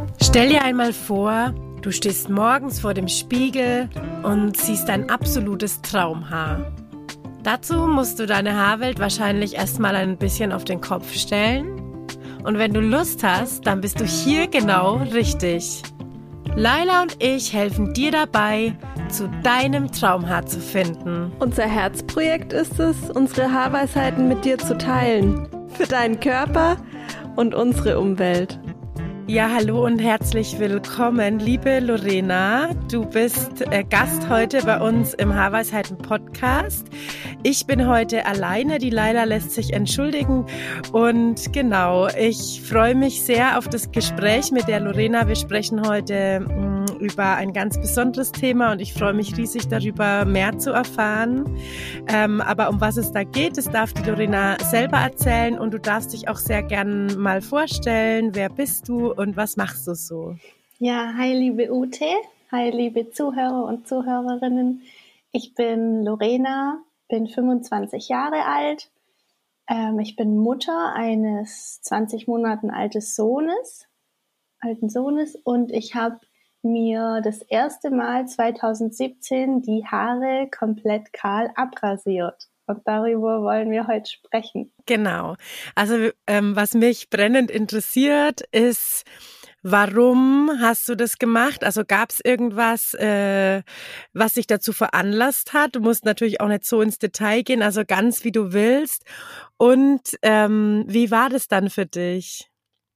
Stell dir einmal vor, du stehst morgens vor dem Spiegel und siehst dein absolutes Traumhaar. Dazu musst du deine Haarwelt wahrscheinlich erstmal ein bisschen auf den Kopf stellen. Und wenn du Lust hast, dann bist du hier genau richtig. Laila und ich helfen dir dabei, zu deinem Traumhaar zu finden. Unser Herzprojekt ist es, unsere Haarweisheiten mit dir zu teilen. Für deinen Körper und unsere Umwelt. Ja, hallo und herzlich willkommen, liebe Lorena. Du bist Gast heute bei uns im Haarweisheiten-Podcast. Ich bin heute alleine, die Laila lässt sich entschuldigen. Und genau, ich freue mich sehr auf das Gespräch mit der Lorena. Wir sprechen heute über ein ganz besonderes Thema und ich freue mich riesig darüber, mehr zu erfahren. Aber um was es da geht, das darf die Lorena selber erzählen und du darfst dich auch sehr gern mal vorstellen. Wer bist du und was machst du so? Ja, hi liebe Ute, hi liebe Zuhörer und Zuhörerinnen. Ich bin Lorena, bin 25 Jahre alt. Ich bin Mutter eines 20 Monaten alten Sohnes und ich habe mir das erste Mal 2017 die Haare komplett kahl abrasiert. Und darüber wollen wir heute sprechen. Genau. Also was mich brennend interessiert ist, warum hast du das gemacht? Also gab es irgendwas, was dich dazu veranlasst hat? Du musst natürlich auch nicht so ins Detail gehen, also ganz wie du willst. Und wie war das dann für dich?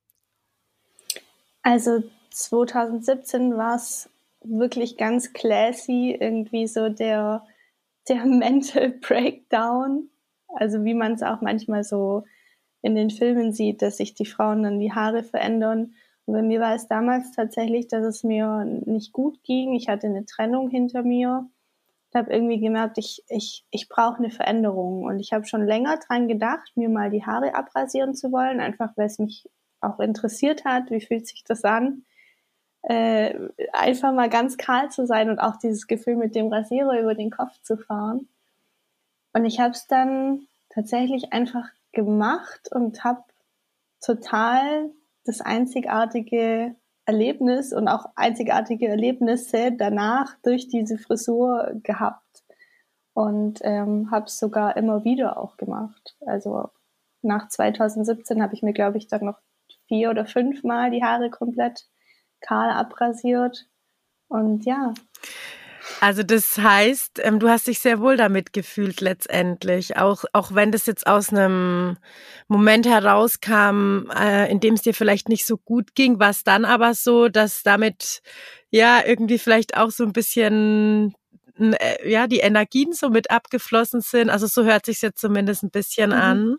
Also 2017 war es wirklich ganz classy, irgendwie so der Mental Breakdown, also wie man es auch manchmal so in den Filmen sieht, dass sich die Frauen dann die Haare verändern. Und bei mir war es damals tatsächlich, dass es mir nicht gut ging. Ich hatte eine Trennung hinter mir. Ich habe irgendwie gemerkt, ich brauche eine Veränderung. Und ich habe schon länger dran gedacht, mir mal die Haare abrasieren zu wollen, einfach weil es mich auch interessiert hat, wie fühlt sich das an, einfach mal ganz kahl zu sein und auch dieses Gefühl mit dem Rasierer über den Kopf zu fahren. Und ich habe es dann tatsächlich einfach gemacht und habe total das einzigartige Erlebnis und auch einzigartige Erlebnisse danach durch diese Frisur gehabt und habe es sogar immer wieder auch gemacht. Also nach 2017 habe ich mir, glaube ich, dann noch 4 oder 5 Mal die Haare komplett kahl abrasiert und ja. Also das heißt, du hast dich sehr wohl damit gefühlt letztendlich, auch wenn das jetzt aus einem Moment herauskam, in dem es dir vielleicht nicht so gut ging, war es dann aber so, dass damit ja irgendwie vielleicht auch so ein bisschen ja die Energien so mit abgeflossen sind. Also so hört sich's jetzt zumindest ein bisschen an.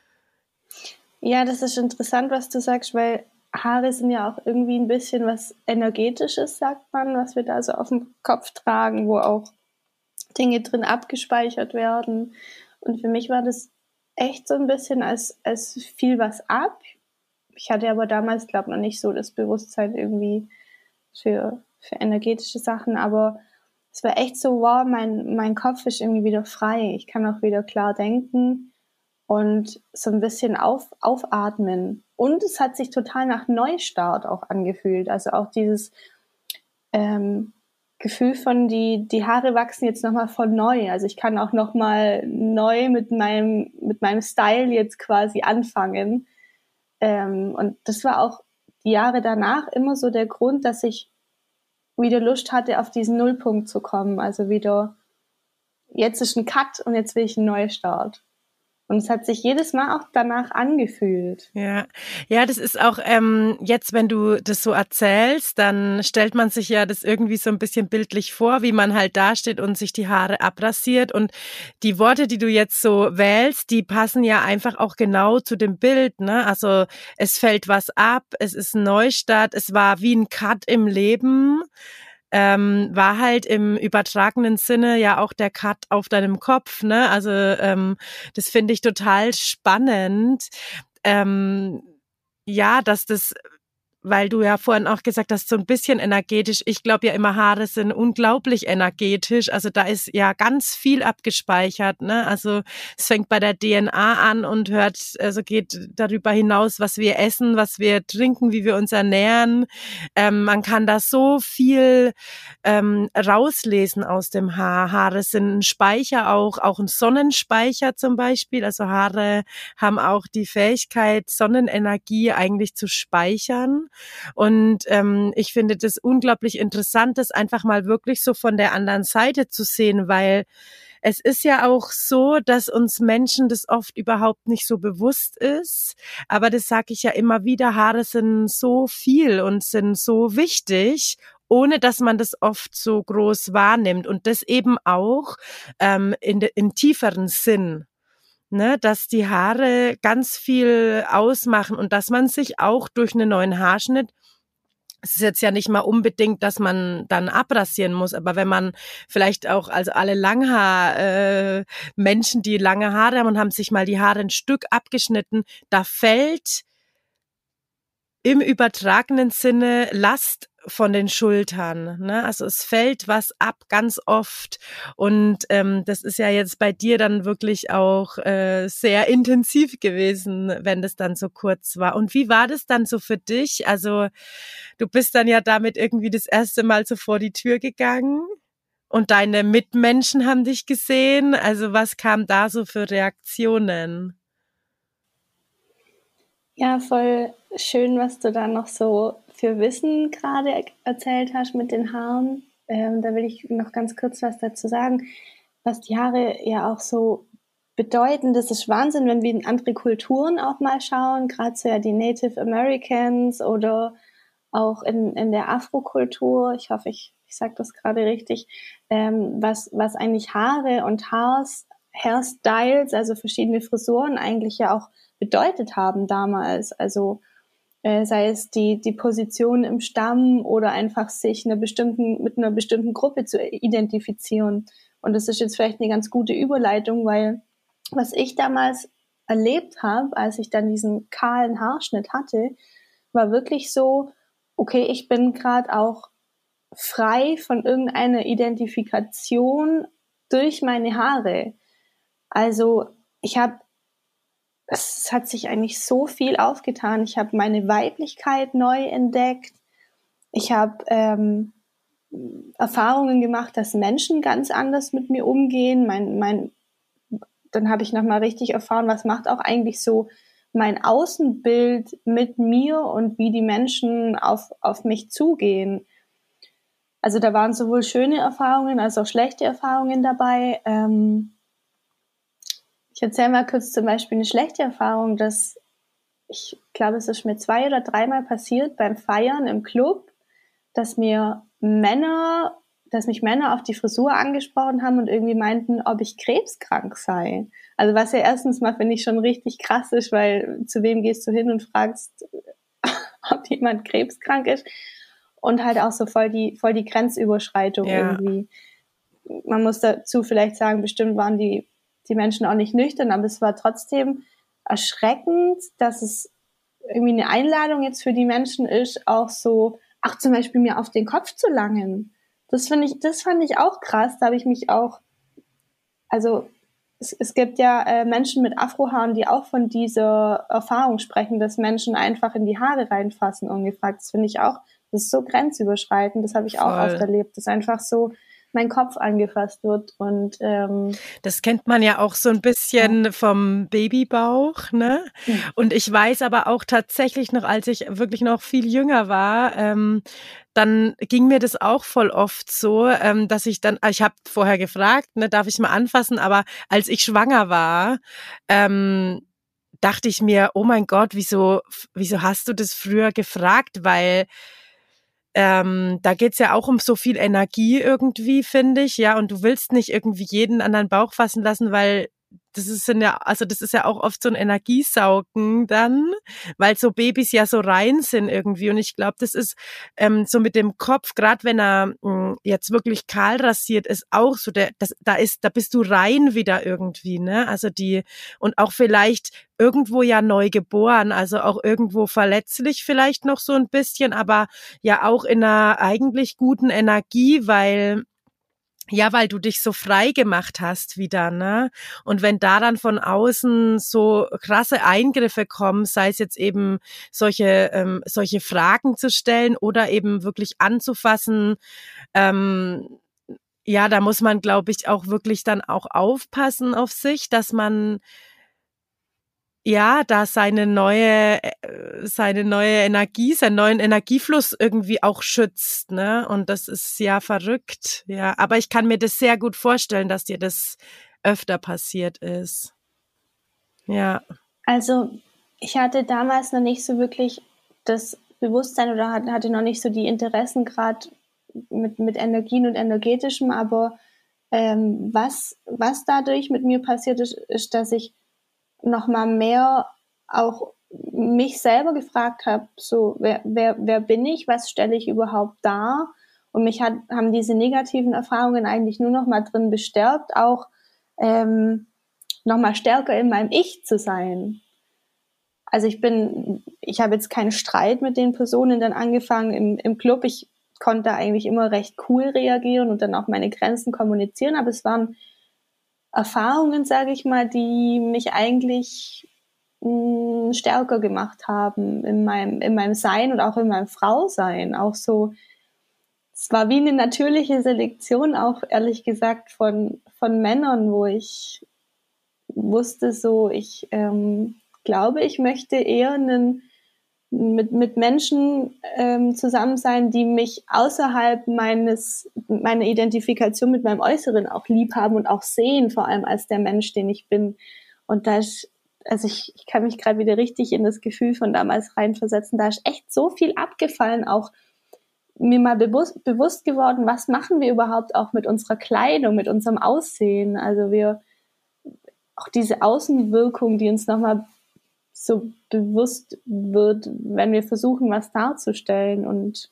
Ja, das ist interessant, was du sagst, weil Haare sind ja auch irgendwie ein bisschen was Energetisches, sagt man, was wir da so auf dem Kopf tragen, wo auch Dinge drin abgespeichert werden. Und für mich war das echt so ein bisschen, als fiel was ab. Ich hatte aber damals, glaube ich, noch nicht so das Bewusstsein irgendwie für energetische Sachen, aber es war echt so, wow, mein Kopf ist irgendwie wieder frei. Ich kann auch wieder klar denken und so ein bisschen aufatmen. Und es hat sich total nach Neustart auch angefühlt. Also auch dieses Gefühl von, die Haare wachsen jetzt nochmal von neu. Also ich kann auch nochmal neu mit meinem Style jetzt quasi anfangen. Und das war auch die Jahre danach immer so der Grund, dass ich wieder Lust hatte, auf diesen Nullpunkt zu kommen. Also wieder, jetzt ist ein Cut und jetzt will ich einen Neustart. Und es hat sich jedes Mal auch danach angefühlt. Ja, das ist auch jetzt, wenn du das so erzählst, dann stellt man sich ja das irgendwie so ein bisschen bildlich vor, wie man halt dasteht und sich die Haare abrasiert. Und die Worte, die du jetzt so wählst, die passen ja einfach auch genau zu dem Bild, ne? Also es fällt was ab, es ist ein Neustart, es war wie ein Cut im Leben. War halt im übertragenen Sinne ja auch der Cut auf deinem Kopf, ne? Also das finde ich total spannend. Ja, dass das weil du ja vorhin auch gesagt hast, so ein bisschen energetisch. Ich glaube ja immer, Haare sind unglaublich energetisch. Also da ist ja ganz viel abgespeichert, ne? Also es fängt bei der DNA an und geht darüber hinaus, was wir essen, was wir trinken, wie wir uns ernähren. Man kann da so viel rauslesen aus dem Haar. Haare sind ein Speicher auch ein Sonnenspeicher zum Beispiel. Also Haare haben auch die Fähigkeit, Sonnenenergie eigentlich zu speichern. Und ich finde das unglaublich interessant, das einfach mal wirklich so von der anderen Seite zu sehen, weil es ist ja auch so, dass uns Menschen das oft überhaupt nicht so bewusst ist. Aber das sage ich ja immer wieder, Haare sind so viel und sind so wichtig, ohne dass man das oft so groß wahrnimmt. Und das eben auch im tieferen Sinn. Ne, dass die Haare ganz viel ausmachen und dass man sich auch durch einen neuen Haarschnitt, es ist jetzt ja nicht mal unbedingt, dass man dann abrasieren muss, aber wenn man vielleicht auch, also alle Menschen, die lange Haare haben und haben sich mal die Haare ein Stück abgeschnitten, da fällt im übertragenen Sinne Last von den Schultern, ne? Also es fällt was ab, ganz oft. Und das ist ja jetzt bei dir dann wirklich auch sehr intensiv gewesen, wenn das dann so kurz war. Und wie war das dann so für dich? Also du bist dann ja damit irgendwie das erste Mal so vor die Tür gegangen und deine Mitmenschen haben dich gesehen. Also was kam da so für Reaktionen? Ja, voll schön, was du da noch so für Wissen gerade erzählt hast mit den Haaren. Da will ich noch ganz kurz was dazu sagen, was die Haare ja auch so bedeuten. Das ist Wahnsinn, wenn wir in andere Kulturen auch mal schauen, gerade so ja die Native Americans oder auch in der Afrokultur. Ich hoffe, ich sage das gerade richtig, was eigentlich Haare und Hairstyles, also verschiedene Frisuren eigentlich ja auch bedeutet haben damals. Also sei es die Position im Stamm oder einfach sich mit einer bestimmten Gruppe zu identifizieren. Und das ist jetzt vielleicht eine ganz gute Überleitung, weil was ich damals erlebt habe, als ich dann diesen kahlen Haarschnitt hatte, war wirklich so, okay, ich bin gerade auch frei von irgendeiner Identifikation durch meine Haare. Also es hat sich eigentlich so viel aufgetan. Ich habe meine Weiblichkeit neu entdeckt. Ich habe Erfahrungen gemacht, dass Menschen ganz anders mit mir umgehen. Dann habe ich nochmal richtig erfahren, was macht auch eigentlich so mein Außenbild mit mir und wie die Menschen auf mich zugehen. Also da waren sowohl schöne Erfahrungen als auch schlechte Erfahrungen dabei. Ich erzähle mal kurz zum Beispiel eine schlechte Erfahrung, dass ich glaube, es ist mir 2 oder 3 Mal passiert beim Feiern im Club, dass mich Männer auf die Frisur angesprochen haben und irgendwie meinten, ob ich krebskrank sei. Also was ja erstens mal, finde ich, schon richtig krass ist, weil zu wem gehst du hin und fragst, ob jemand krebskrank ist? Und halt auch so voll die Grenzüberschreitung irgendwie. Man muss dazu vielleicht sagen, bestimmt waren die Menschen auch nicht nüchtern, aber es war trotzdem erschreckend, dass es irgendwie eine Einladung jetzt für die Menschen ist, auch so, zum Beispiel mir auf den Kopf zu langen. Das fand ich auch krass. Da habe ich mich auch, also es gibt ja Menschen mit Afrohaaren, die auch von dieser Erfahrung sprechen, dass Menschen einfach in die Haare reinfassen, ungefragt. Das finde ich auch, das ist so grenzüberschreitend. Das habe ich auch oft erlebt, dass einfach so mein Kopf angefasst wird und das kennt man ja auch so ein bisschen vom Babybauch, ne? Mhm. Und ich weiß aber auch tatsächlich noch, als ich wirklich noch viel jünger war, dann ging mir das auch voll oft so, dass ich habe vorher gefragt, ne, darf ich mal anfassen, aber als ich schwanger war, dachte ich mir, oh mein Gott, wieso hast du das früher gefragt? Weil da geht's ja auch um so viel Energie irgendwie, finde ich, ja, und du willst nicht irgendwie jeden an deinen Bauch fassen lassen, weil das ist ja auch oft so ein Energiesaugen dann, weil so Babys ja so rein sind irgendwie. Und ich glaube, das ist so mit dem Kopf, gerade wenn er jetzt wirklich kahl rasiert ist, auch so, da bist du rein wieder irgendwie, ne? Also und auch vielleicht irgendwo ja neu geboren, also auch irgendwo verletzlich vielleicht noch so ein bisschen, aber ja auch in einer eigentlich guten Energie, weil du dich so frei gemacht hast wieder, ne? Und wenn da dann von außen so krasse Eingriffe kommen, sei es jetzt eben solche Fragen zu stellen oder eben wirklich anzufassen, da muss man, glaube ich, auch wirklich dann auch aufpassen auf sich, dass man da seine neue Energie, seinen neuen Energiefluss irgendwie auch schützt, ne? Und das ist ja verrückt, ja. Aber ich kann mir das sehr gut vorstellen, dass dir das öfter passiert ist. Ja. Also ich hatte damals noch nicht so wirklich das Bewusstsein oder hatte noch nicht so die Interessen gerade mit Energien und Energetischem, aber was dadurch mit mir passiert ist, dass ich noch mal mehr auch mich selber gefragt habe, so wer bin ich, was stelle ich überhaupt dar? Und mich haben diese negativen Erfahrungen eigentlich nur noch mal drin bestärkt, auch noch mal stärker in meinem Ich zu sein. Also ich habe jetzt keinen Streit mit den Personen dann angefangen im Club. Ich konnte eigentlich immer recht cool reagieren und dann auch meine Grenzen kommunizieren, aber es waren Erfahrungen, sage ich mal, die mich eigentlich stärker gemacht haben in meinem Sein und auch in meinem Frausein. Auch so, es war wie eine natürliche Selektion, auch ehrlich gesagt von Männern, wo ich wusste so, ich glaube, ich möchte eher mit Menschen zusammen sein, die mich außerhalb meiner Identifikation mit meinem Äußeren auch lieb haben und auch sehen, vor allem als der Mensch, den ich bin. Und ich kann mich gerade wieder richtig in das Gefühl von damals reinversetzen. Da ist echt so viel abgefallen, auch mir mal bewusst geworden, was machen wir überhaupt auch mit unserer Kleidung, mit unserem Aussehen. Also auch diese Außenwirkung, die uns nochmal so bewusst wird, wenn wir versuchen, was darzustellen. Und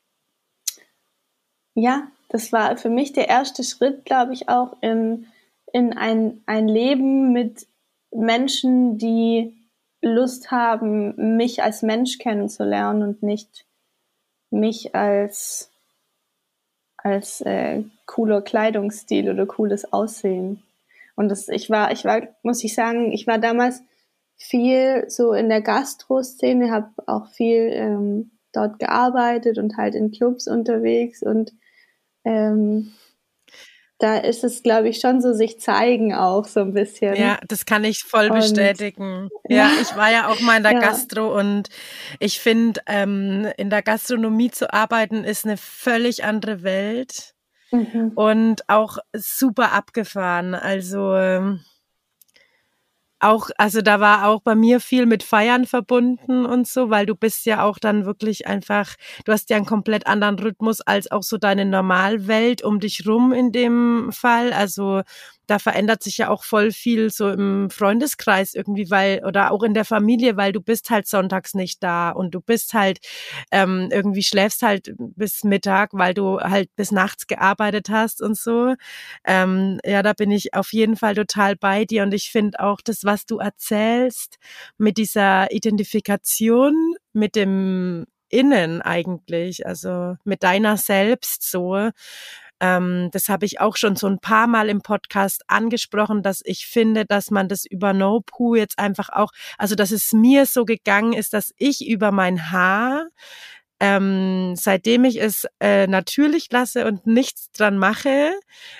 ja, das war für mich der erste Schritt, glaube ich, auch in ein Leben mit Menschen, die Lust haben, mich als Mensch kennenzulernen und nicht mich als cooler Kleidungsstil oder cooles Aussehen. Und muss ich sagen, ich war damals viel so in der Gastro-Szene, habe auch viel dort gearbeitet und halt in Clubs unterwegs und da ist es, glaube ich, schon so sich zeigen auch so ein bisschen. Ja, das kann ich voll bestätigen. Ja, ich war ja auch mal in der Gastro und ich finde, in der Gastronomie zu arbeiten ist eine völlig andere Welt und auch super abgefahren. Also da war auch bei mir viel mit Feiern verbunden und so, weil du bist ja auch dann wirklich einfach, du hast ja einen komplett anderen Rhythmus als auch so deine Normalwelt um dich rum in dem Fall. Also da verändert sich ja auch voll viel so im Freundeskreis irgendwie, oder auch in der Familie, weil du bist halt sonntags nicht da und du bist halt irgendwie schläfst halt bis Mittag, weil du halt bis nachts gearbeitet hast und so. Da bin ich auf jeden Fall total bei dir und ich finde auch das, was du erzählst mit dieser Identifikation mit dem Innen eigentlich, also mit deiner selbst so. Das habe ich auch schon so ein paar Mal im Podcast angesprochen, dass ich finde, dass man das über No-Poo jetzt einfach auch, also dass es mir so gegangen ist, dass ich über mein Haar, seitdem ich es natürlich lasse und nichts dran mache,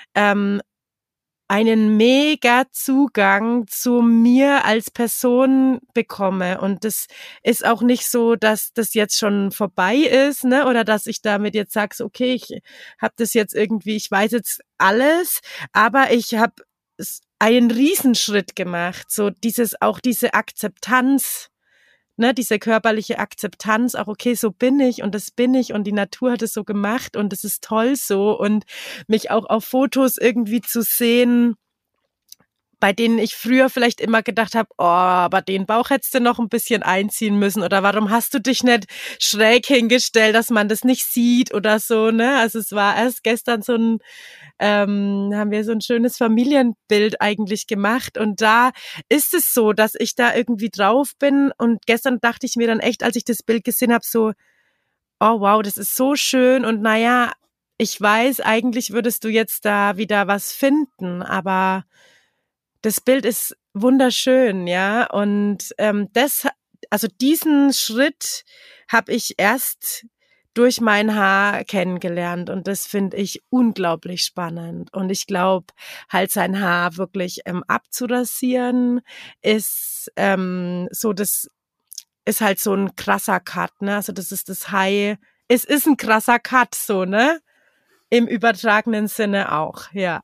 einen mega Zugang zu mir als Person bekomme. Und das ist auch nicht so, dass das jetzt schon vorbei ist, ne? Oder dass ich damit jetzt sage, so, okay, ich habe das jetzt irgendwie, ich weiß jetzt alles, aber ich habe einen Riesenschritt gemacht. So diese Akzeptanz, ne, diese körperliche Akzeptanz, auch okay, so bin ich und das bin ich und die Natur hat es so gemacht und es ist toll so und mich auch auf Fotos irgendwie zu sehen, bei denen ich früher vielleicht immer gedacht habe, oh, aber den Bauch hättest du noch ein bisschen einziehen müssen oder warum hast du dich nicht schräg hingestellt, dass man das nicht sieht oder so, ne? Also es war erst gestern haben wir so ein schönes Familienbild eigentlich gemacht und da ist es so, dass ich da irgendwie drauf bin und gestern dachte ich mir dann echt, als ich das Bild gesehen habe, so, oh wow, das ist so schön und naja, ich weiß, eigentlich würdest du jetzt da wieder was finden, aber das Bild ist wunderschön, ja. Und also diesen Schritt habe ich erst durch mein Haar kennengelernt und das finde ich unglaublich spannend. Und ich glaube, halt sein Haar wirklich abzurasieren ist das ist halt so ein krasser Cut, ne? Also das ist das High. Es ist ein krasser Cut, so, ne? Im übertragenen Sinne auch, ja.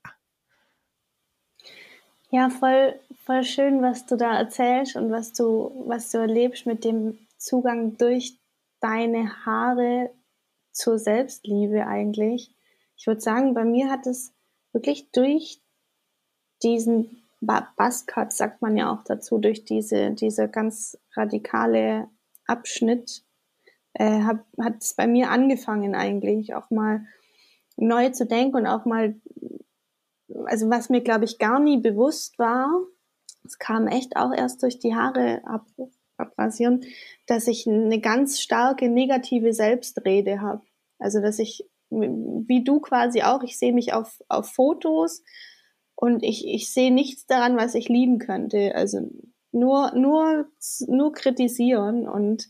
Ja, voll schön, was du da erzählst und was du erlebst mit dem Zugang durch deine Haare zur Selbstliebe eigentlich. Ich würde sagen, bei mir hat es wirklich durch diesen Buzzcut, sagt man ja auch dazu, durch diese ganz radikale Abschnitt, hat es bei mir angefangen eigentlich auch mal neu zu denken und auch mal, also was mir, glaube ich, gar nie bewusst war, es kam echt auch erst durch die Haare abrasieren, dass ich eine ganz starke negative Selbstrede habe. Also dass ich, wie du quasi auch, ich sehe mich auf Fotos und ich sehe nichts daran, was ich lieben könnte. Also nur kritisieren und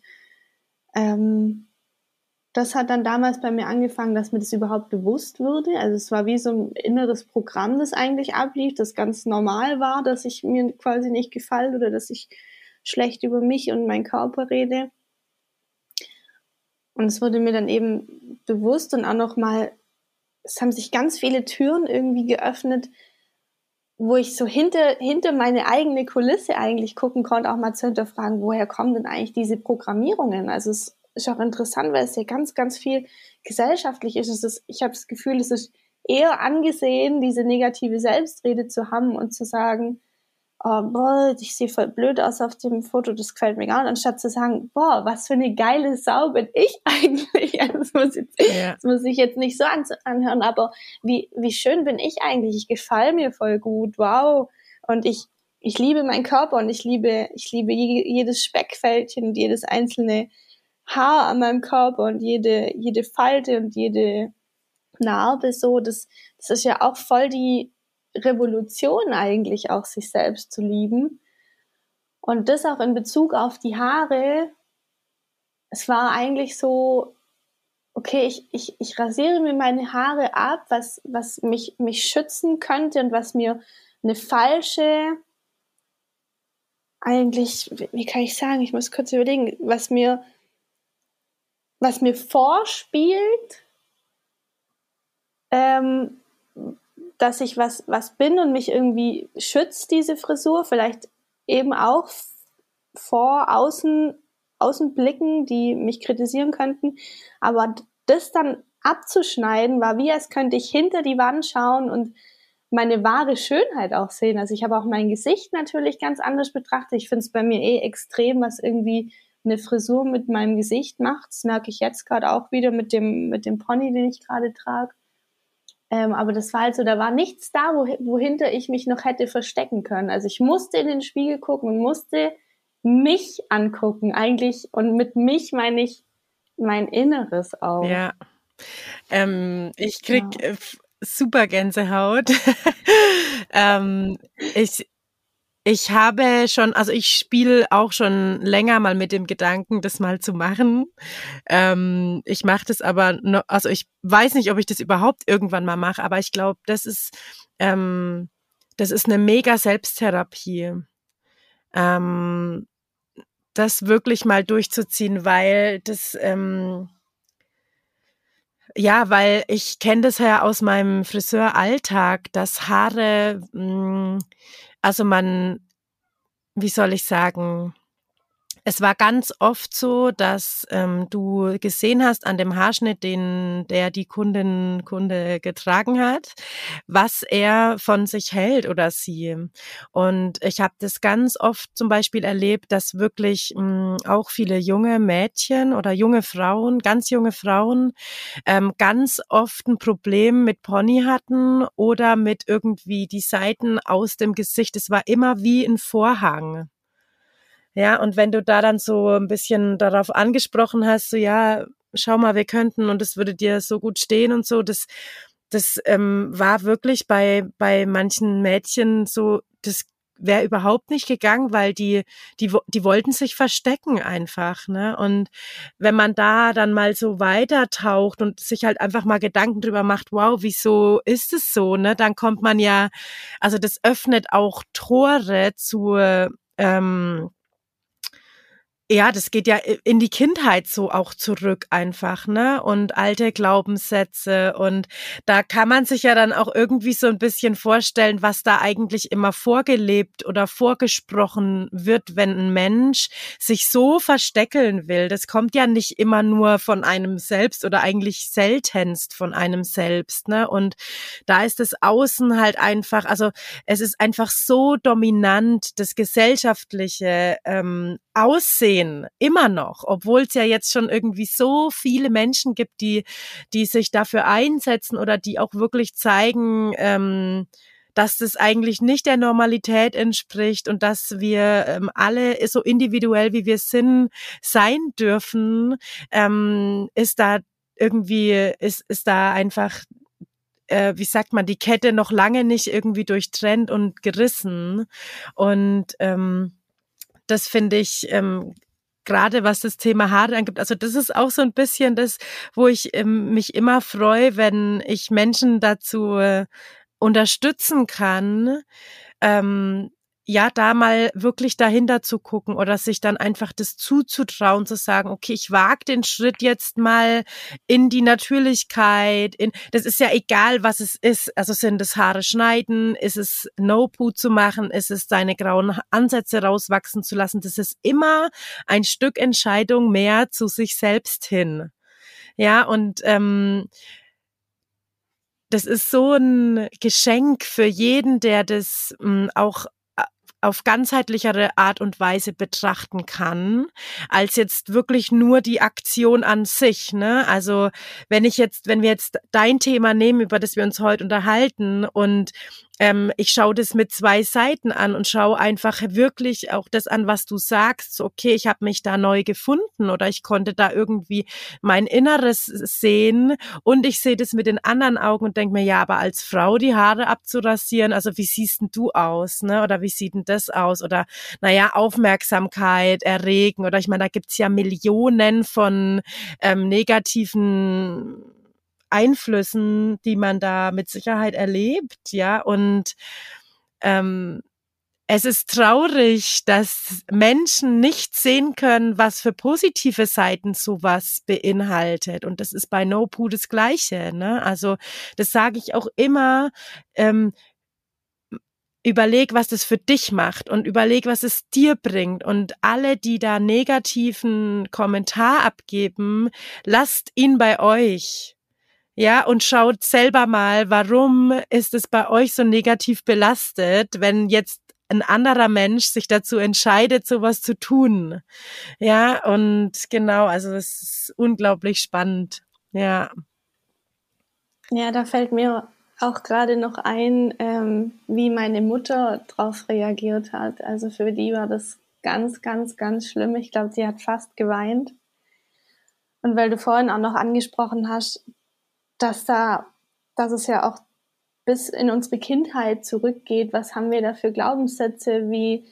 das hat dann damals bei mir angefangen, dass mir das überhaupt bewusst wurde. Also es war wie so ein inneres Programm, das eigentlich ablief, das ganz normal war, dass ich mir quasi nicht gefalle oder dass ich schlecht über mich und meinen Körper rede. Und es wurde mir dann eben bewusst und auch nochmal, es haben sich ganz viele Türen irgendwie geöffnet, wo ich so hinter meine eigene Kulisse eigentlich gucken konnte, auch mal zu hinterfragen, woher kommen denn eigentlich diese Programmierungen? Also es ist auch interessant, weil es ja ganz, ganz viel gesellschaftlich ist. Ich habe das Gefühl, es ist eher angesehen, diese negative Selbstrede zu haben und zu sagen, oh, boah, ich sehe voll blöd aus auf dem Foto, das gefällt mir gar nicht, anstatt zu sagen, boah, was für eine geile Sau bin ich eigentlich. Also das muss ich jetzt nicht so anhören, aber wie schön bin ich eigentlich? Ich gefalle mir voll gut, wow. Und ich liebe meinen Körper und ich liebe jedes Speckfältchen und jedes einzelne Haar an meinem Körper und jede Falte und jede Narbe so, das ist ja auch voll die Revolution eigentlich, auch sich selbst zu lieben. Und das auch in Bezug auf die Haare, es war eigentlich so, okay, ich rasiere mir meine Haare ab, was mich schützen könnte und was mir eine falsche, eigentlich, wie kann ich sagen, ich muss kurz überlegen, was mir vorspielt, dass ich was bin und mich irgendwie schützt, diese Frisur, vielleicht eben auch vor Außenblicken, die mich kritisieren könnten, aber das dann abzuschneiden, war wie, als könnte ich hinter die Wand schauen und meine wahre Schönheit auch sehen. Also ich habe auch mein Gesicht natürlich ganz anders betrachtet. Ich finde es bei mir extrem, was irgendwie eine Frisur mit meinem Gesicht macht. Das merke ich jetzt gerade auch wieder mit dem Pony, den ich gerade trage. Aber das war halt so, da war nichts da, wohinter ich mich noch hätte verstecken können. Also ich musste in den Spiegel gucken und musste mich angucken eigentlich. Und mit mich meine ich mein Inneres auch. Ja, ich krieg super Gänsehaut. Ich habe schon, also ich spiele auch schon länger mal mit dem Gedanken, das mal zu machen. Ich mache das aber noch, also ich weiß nicht, ob ich das überhaupt irgendwann mal mache, aber ich glaube, das ist eine mega Selbsttherapie. Das wirklich mal durchzuziehen, weil das weil ich kenne das ja aus meinem Friseuralltag, dass Haare, also wie soll ich sagen, Es war ganz oft so, dass du gesehen hast an dem Haarschnitt, der die Kunde getragen hat, was er von sich hält oder sie. Und ich habe das ganz oft zum Beispiel erlebt, dass wirklich auch viele junge Mädchen oder junge Frauen, ganz junge Frauen, ganz oft ein Problem mit Pony hatten oder mit irgendwie die Seiten aus dem Gesicht. Es war immer wie ein Vorhang. Ja, und wenn du da dann so ein bisschen darauf angesprochen hast, so ja, schau mal, wir könnten und es würde dir so gut stehen und so, das war wirklich bei manchen Mädchen so, das wäre überhaupt nicht gegangen, weil die wollten sich verstecken einfach, ne? Und wenn man da dann mal so weitertaucht und sich halt einfach mal Gedanken drüber macht, wow, wieso ist es so, ne? Dann kommt man ja, also das öffnet auch Tore zur ja, das geht ja in die Kindheit so auch zurück einfach, ne? Und alte Glaubenssätze. Und da kann man sich ja dann auch irgendwie so ein bisschen vorstellen, was da eigentlich immer vorgelebt oder vorgesprochen wird, wenn ein Mensch sich so versteckeln will. Das kommt ja nicht immer nur von einem selbst oder eigentlich seltenst von einem selbst, ne? Und da ist das Außen halt einfach, also es ist einfach so dominant, das gesellschaftliche Aussehen immer noch, obwohl es ja jetzt schon irgendwie so viele Menschen gibt, die sich dafür einsetzen oder die auch wirklich zeigen, dass das eigentlich nicht der Normalität entspricht und dass wir alle so individuell, wie wir sind, sein dürfen, ist da irgendwie, ist da einfach wie sagt man, die Kette noch lange nicht irgendwie durchtrennt und gerissen. Und das finde ich gerade was das Thema Haare angibt, also das ist auch so ein bisschen das, wo ich mich immer freue, wenn ich Menschen dazu unterstützen kann, ja, da mal wirklich dahinter zu gucken oder sich dann einfach das zuzutrauen, zu sagen, okay, ich wage den Schritt jetzt mal in die Natürlichkeit, das ist ja egal, was es ist, also sind es Haare schneiden, ist es No-Poo zu machen, ist es seine grauen Ansätze rauswachsen zu lassen, das ist immer ein Stück Entscheidung mehr zu sich selbst hin. Ja, und das ist so ein Geschenk für jeden, der das auch auf ganzheitlichere Art und Weise betrachten kann, als jetzt wirklich nur die Aktion an sich, ne? Also, wenn wir jetzt dein Thema nehmen, über das wir uns heute unterhalten und ich schaue das mit zwei Seiten an und schaue einfach wirklich auch das an, was du sagst. So, okay, ich habe mich da neu gefunden oder ich konnte da irgendwie mein Inneres sehen und ich sehe das mit den anderen Augen und denke mir, ja, aber als Frau die Haare abzurasieren, also wie siehst denn du aus, ne? Oder wie sieht denn das aus? Oder naja, Aufmerksamkeit erregen oder ich meine, da gibt's ja Millionen von negativen Einflüssen, die man da mit Sicherheit erlebt, ja, und es ist traurig, dass Menschen nicht sehen können, was für positive Seiten sowas beinhaltet. Und das ist bei No-Poo das Gleiche, ne? Also das sage ich auch immer. Überleg, was das für dich macht und überleg, was es dir bringt. Und alle, die da negativen Kommentar abgeben, lasst ihn bei euch. Ja, und schaut selber mal, warum ist es bei euch so negativ belastet, wenn jetzt ein anderer Mensch sich dazu entscheidet, sowas zu tun. Ja, und genau, also es ist unglaublich spannend. Ja. Ja, da fällt mir auch gerade noch ein, wie meine Mutter darauf reagiert hat. Also für die war das ganz, ganz, ganz schlimm. Ich glaube, sie hat fast geweint. Und weil du vorhin auch noch angesprochen hast, dass es ja auch bis in unsere Kindheit zurückgeht. Was haben wir da für Glaubenssätze? Wie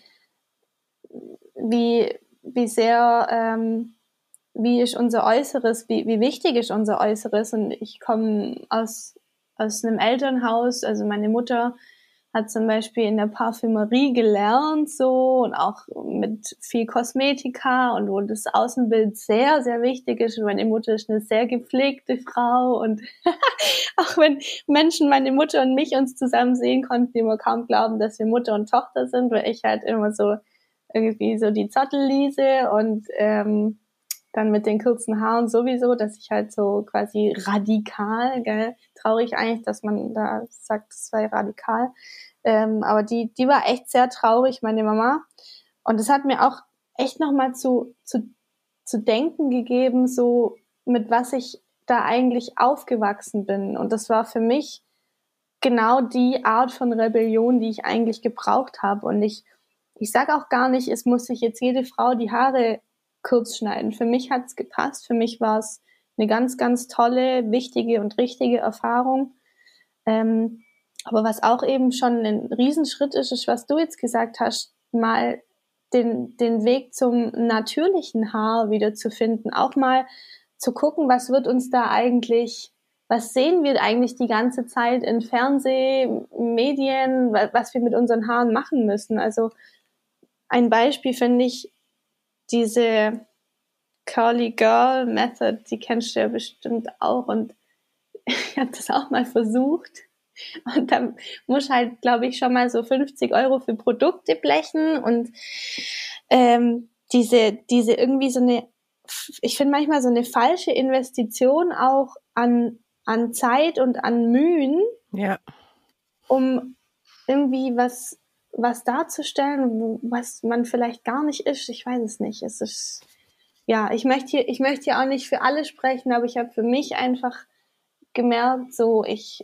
sehr, wie ist unser Äußeres? Wie wichtig ist unser Äußeres? Und ich komme aus einem Elternhaus. Also meine Mutter hat zum Beispiel in der Parfümerie gelernt, so, und auch mit viel Kosmetika und wo das Außenbild sehr, sehr wichtig ist. Und meine Mutter ist eine sehr gepflegte Frau und auch wenn Menschen, meine Mutter und mich uns zusammen sehen, konnten die immer kaum glauben, dass wir Mutter und Tochter sind, weil ich halt immer so irgendwie so die Zottellise und dann mit den kurzen Haaren sowieso, dass ich halt so quasi radikal, gell, traurig eigentlich, dass man da sagt, es sei radikal, aber die war echt sehr traurig, meine Mama, und das hat mir auch echt nochmal zu denken gegeben, so mit was ich da eigentlich aufgewachsen bin, und das war für mich genau die Art von Rebellion, die ich eigentlich gebraucht habe, und ich sage auch gar nicht, es muss sich jetzt jede Frau die Haare kurz schneiden. Für mich hat es gepasst. Für mich war es eine ganz, ganz tolle, wichtige und richtige Erfahrung. Aber was auch eben schon ein Riesenschritt ist, was du jetzt gesagt hast, mal den Weg zum natürlichen Haar wieder zu finden. Auch mal zu gucken, was sehen wir eigentlich die ganze Zeit in Fernsehmedien, was wir mit unseren Haaren machen müssen. Also ein Beispiel finde ich diese Curly Girl Method, die kennst du ja bestimmt auch, und ich habe das auch mal versucht, und dann muss halt, glaube ich, schon mal so 50 € für Produkte blechen, und diese irgendwie so eine, ich finde manchmal so eine falsche Investition auch an Zeit und an Mühen, ja, um irgendwie was darzustellen, was man vielleicht gar nicht ist. Ich weiß es nicht. Es ist, ja, ich möchte hier auch nicht für alle sprechen, aber ich habe für mich einfach gemerkt, so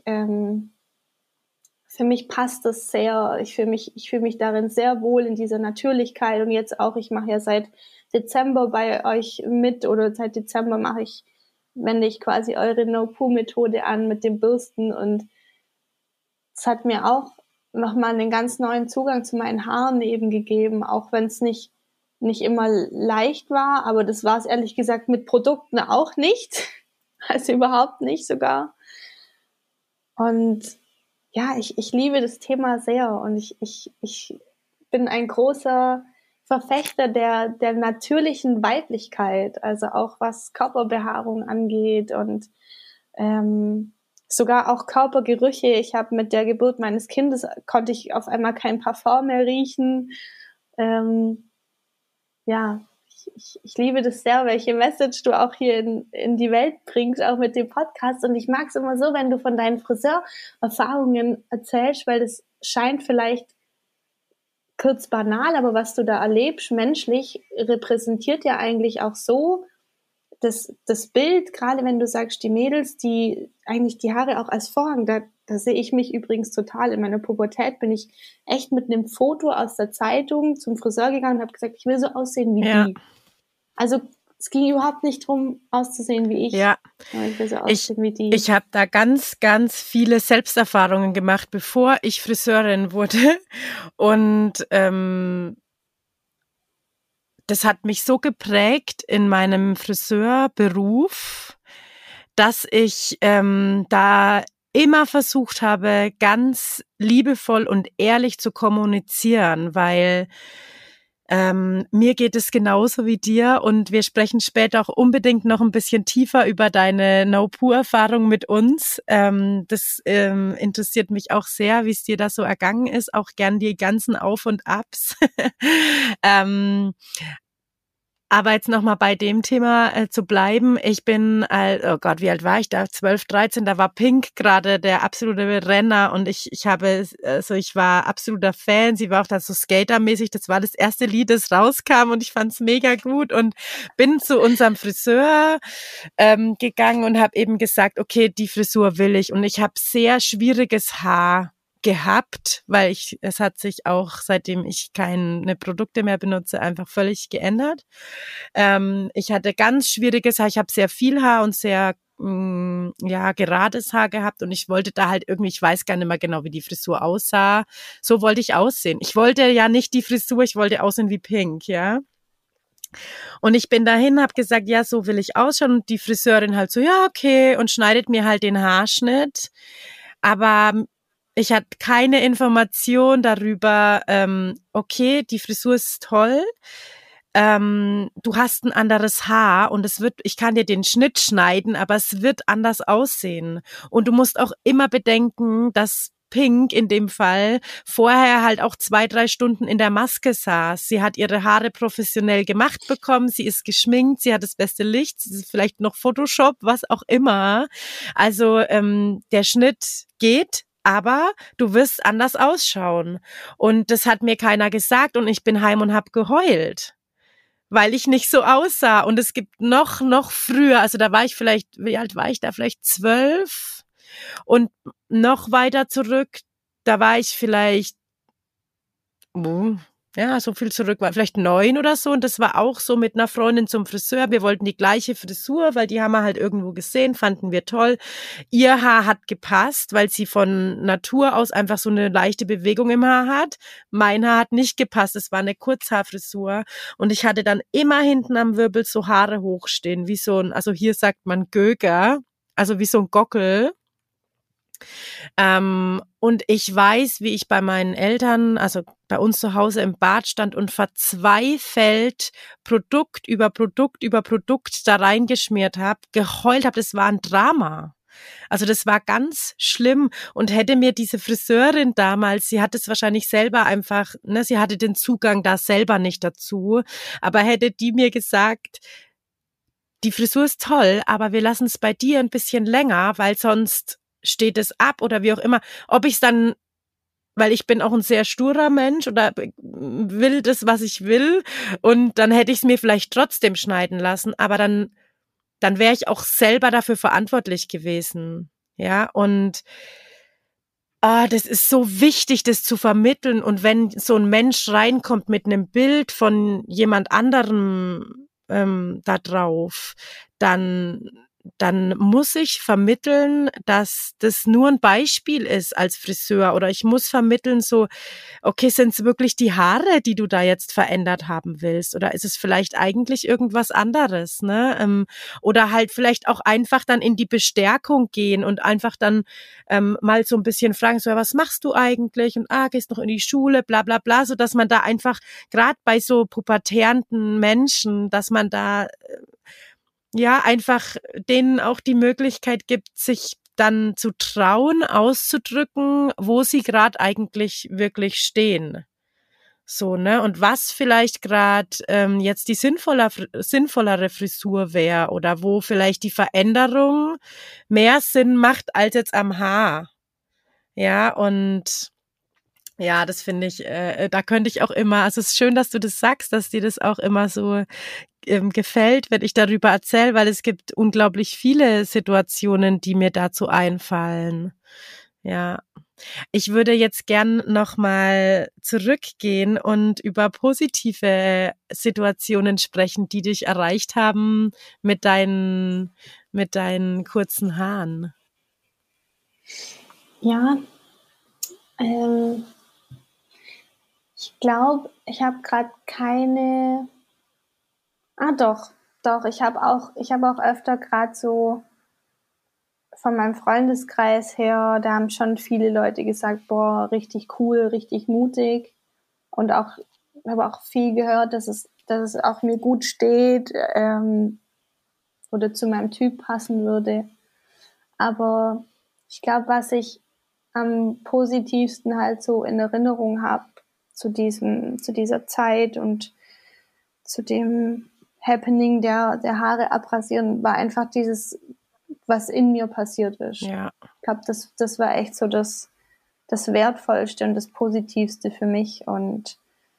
für mich passt das sehr. Ich fühle mich darin sehr wohl in dieser Natürlichkeit, und jetzt auch, ich mache ja seit Dezember bei euch mit, oder seit Dezember wende ich quasi eure No-Poo-Methode an mit dem Bürsten, und es hat mir auch nochmal einen ganz neuen Zugang zu meinen Haaren eben gegeben, auch wenn es nicht immer leicht war, aber das war es ehrlich gesagt mit Produkten auch nicht, also überhaupt nicht sogar. Und ja, ich liebe das Thema sehr, und ich bin ein großer Verfechter der natürlichen Weiblichkeit, also auch was Körperbehaarung angeht und sogar auch Körpergerüche. Ich habe mit der Geburt meines Kindes, konnte ich auf einmal kein Parfum mehr riechen. Ja, ich liebe das sehr, welche Message du auch hier in die Welt bringst, auch mit dem Podcast. Und ich mag es immer so, wenn du von deinen Friseurerfahrungen erzählst, weil das scheint vielleicht kurz banal, aber was du da erlebst, menschlich, repräsentiert ja eigentlich auch so das Bild, gerade wenn du sagst, die Mädels, die eigentlich die Haare auch als Vorhang, da sehe ich mich übrigens total. In meiner Pubertät bin ich echt mit einem Foto aus der Zeitung zum Friseur gegangen und habe gesagt, ich will so aussehen wie die. Also es ging überhaupt nicht darum, auszusehen wie ich. Ja. Aber ich will so aussehen wie die. Ich habe da ganz, ganz viele Selbsterfahrungen gemacht, bevor ich Friseurin wurde. Und das hat mich so geprägt in meinem Friseurberuf, dass ich da immer versucht habe, ganz liebevoll und ehrlich zu kommunizieren, weil mir geht es genauso wie dir, und wir sprechen später auch unbedingt noch ein bisschen tiefer über deine No-Poo-Erfahrung mit uns. Das interessiert mich auch sehr, wie es dir da so ergangen ist, auch gern die ganzen Auf und Abs. Aber jetzt nochmal bei dem Thema zu bleiben. Ich bin, oh Gott, wie alt war ich da? 12, 13, da war Pink gerade der absolute Renner, und ich war absoluter Fan. Sie war auch da so skatermäßig. Das war das erste Lied, das rauskam, und ich fand's mega gut, und bin zu unserem Friseur gegangen und habe eben gesagt, okay, die Frisur will ich, und ich habe sehr schwieriges Haar gehabt, weil es hat sich auch, seitdem ich keine Produkte mehr benutze, einfach völlig geändert. Ich hatte ganz schwieriges Haar, ich habe sehr viel Haar und sehr gerades Haar gehabt, und ich wollte da halt irgendwie, ich weiß gar nicht mehr genau, wie die Frisur aussah, so wollte ich aussehen. Ich wollte ja nicht die Frisur, ich wollte aussehen wie Pink, ja. Und ich bin dahin, habe gesagt, ja, so will ich ausschauen, und die Friseurin halt so, ja, okay, und schneidet mir halt den Haarschnitt, aber ich hatte keine Information darüber, okay, die Frisur ist toll, du hast ein anderes Haar, und ich kann dir den Schnitt schneiden, aber es wird anders aussehen. Und du musst auch immer bedenken, dass pink in dem Fall, vorher halt auch 2-3 Stunden in der Maske saß. Sie hat ihre Haare professionell gemacht bekommen, sie ist geschminkt, sie hat das beste Licht, sie ist vielleicht noch Photoshop, was auch immer. Also der Schnitt geht, aber du wirst anders ausschauen. Und das hat mir keiner gesagt und ich bin heim und hab geheult, weil ich nicht so aussah. Und es gibt noch früher, also da war ich vielleicht, wie alt war ich da? Vielleicht 12. Und noch weiter zurück, da war ich vielleicht, so viel zurück, war vielleicht 9 oder so. Und das war auch so mit einer Freundin zum Friseur. Wir wollten die gleiche Frisur, weil die haben wir halt irgendwo gesehen, fanden wir toll. Ihr Haar hat gepasst, weil sie von Natur aus einfach so eine leichte Bewegung im Haar hat. Mein Haar hat nicht gepasst, es war eine Kurzhaarfrisur. Und ich hatte dann immer hinten am Wirbel so Haare hochstehen, wie so ein, also hier sagt man Göger, also wie so ein Gockel. Und ich weiß, wie ich bei meinen Eltern, also bei uns zu Hause im Bad stand und verzweifelt Produkt über Produkt über Produkt da reingeschmiert habe, geheult habe. Das war ein Drama. Also das war ganz schlimm und hätte mir diese Friseurin damals, sie hat es wahrscheinlich selber einfach, ne, sie hatte den Zugang da selber nicht dazu, aber hätte die mir gesagt, die Frisur ist toll, aber wir lassen es bei dir ein bisschen länger, weil sonst steht es ab oder wie auch immer, ob ich es dann, weil ich bin auch ein sehr sturer Mensch oder will das, was ich will und dann hätte ich es mir vielleicht trotzdem schneiden lassen, aber dann wäre ich auch selber dafür verantwortlich gewesen, ja, und das ist so wichtig, das zu vermitteln und wenn so ein Mensch reinkommt mit einem Bild von jemand anderem da drauf, dann muss ich vermitteln, dass das nur ein Beispiel ist als Friseur oder ich muss vermitteln so, okay, sind es wirklich die Haare, die du da jetzt verändert haben willst oder ist es vielleicht eigentlich irgendwas anderes, ne? Oder halt vielleicht auch einfach dann in die Bestärkung gehen und einfach dann mal so ein bisschen fragen, so, was machst du eigentlich und gehst noch in die Schule, bla bla bla, so dass man da einfach, gerade bei so pubertärenden Menschen, dass man da ja, einfach denen auch die Möglichkeit gibt, sich dann zu trauen, auszudrücken, wo sie gerade eigentlich wirklich stehen. So, ne? Und was vielleicht gerade jetzt die sinnvollere Frisur wäre oder wo vielleicht die Veränderung mehr Sinn macht als jetzt am Haar. Ja, und ja, das finde ich, da könnte ich auch immer, also es ist schön, dass du das sagst, dass dir das auch immer so gefällt, wenn ich darüber erzähle, weil es gibt unglaublich viele Situationen, die mir dazu einfallen. Ja. Ich würde jetzt gern nochmal zurückgehen und über positive Situationen sprechen, die dich erreicht haben mit deinen kurzen Haaren. Ja, ich glaube, ich habe gerade keine. Doch, ich habe auch öfter gerade so von meinem Freundeskreis her, da haben schon viele Leute gesagt, boah, richtig cool, richtig mutig und auch, habe auch viel gehört, dass es auch mir gut steht oder zu meinem Typ passen würde. Aber ich glaube, was ich am positivsten halt so in Erinnerung habe zu dieser Zeit und zu dem Happening der Haare abrasieren, war einfach dieses, was in mir passiert ist. Ja. Ich glaube, das war echt so das Wertvollste und das Positivste für mich. Und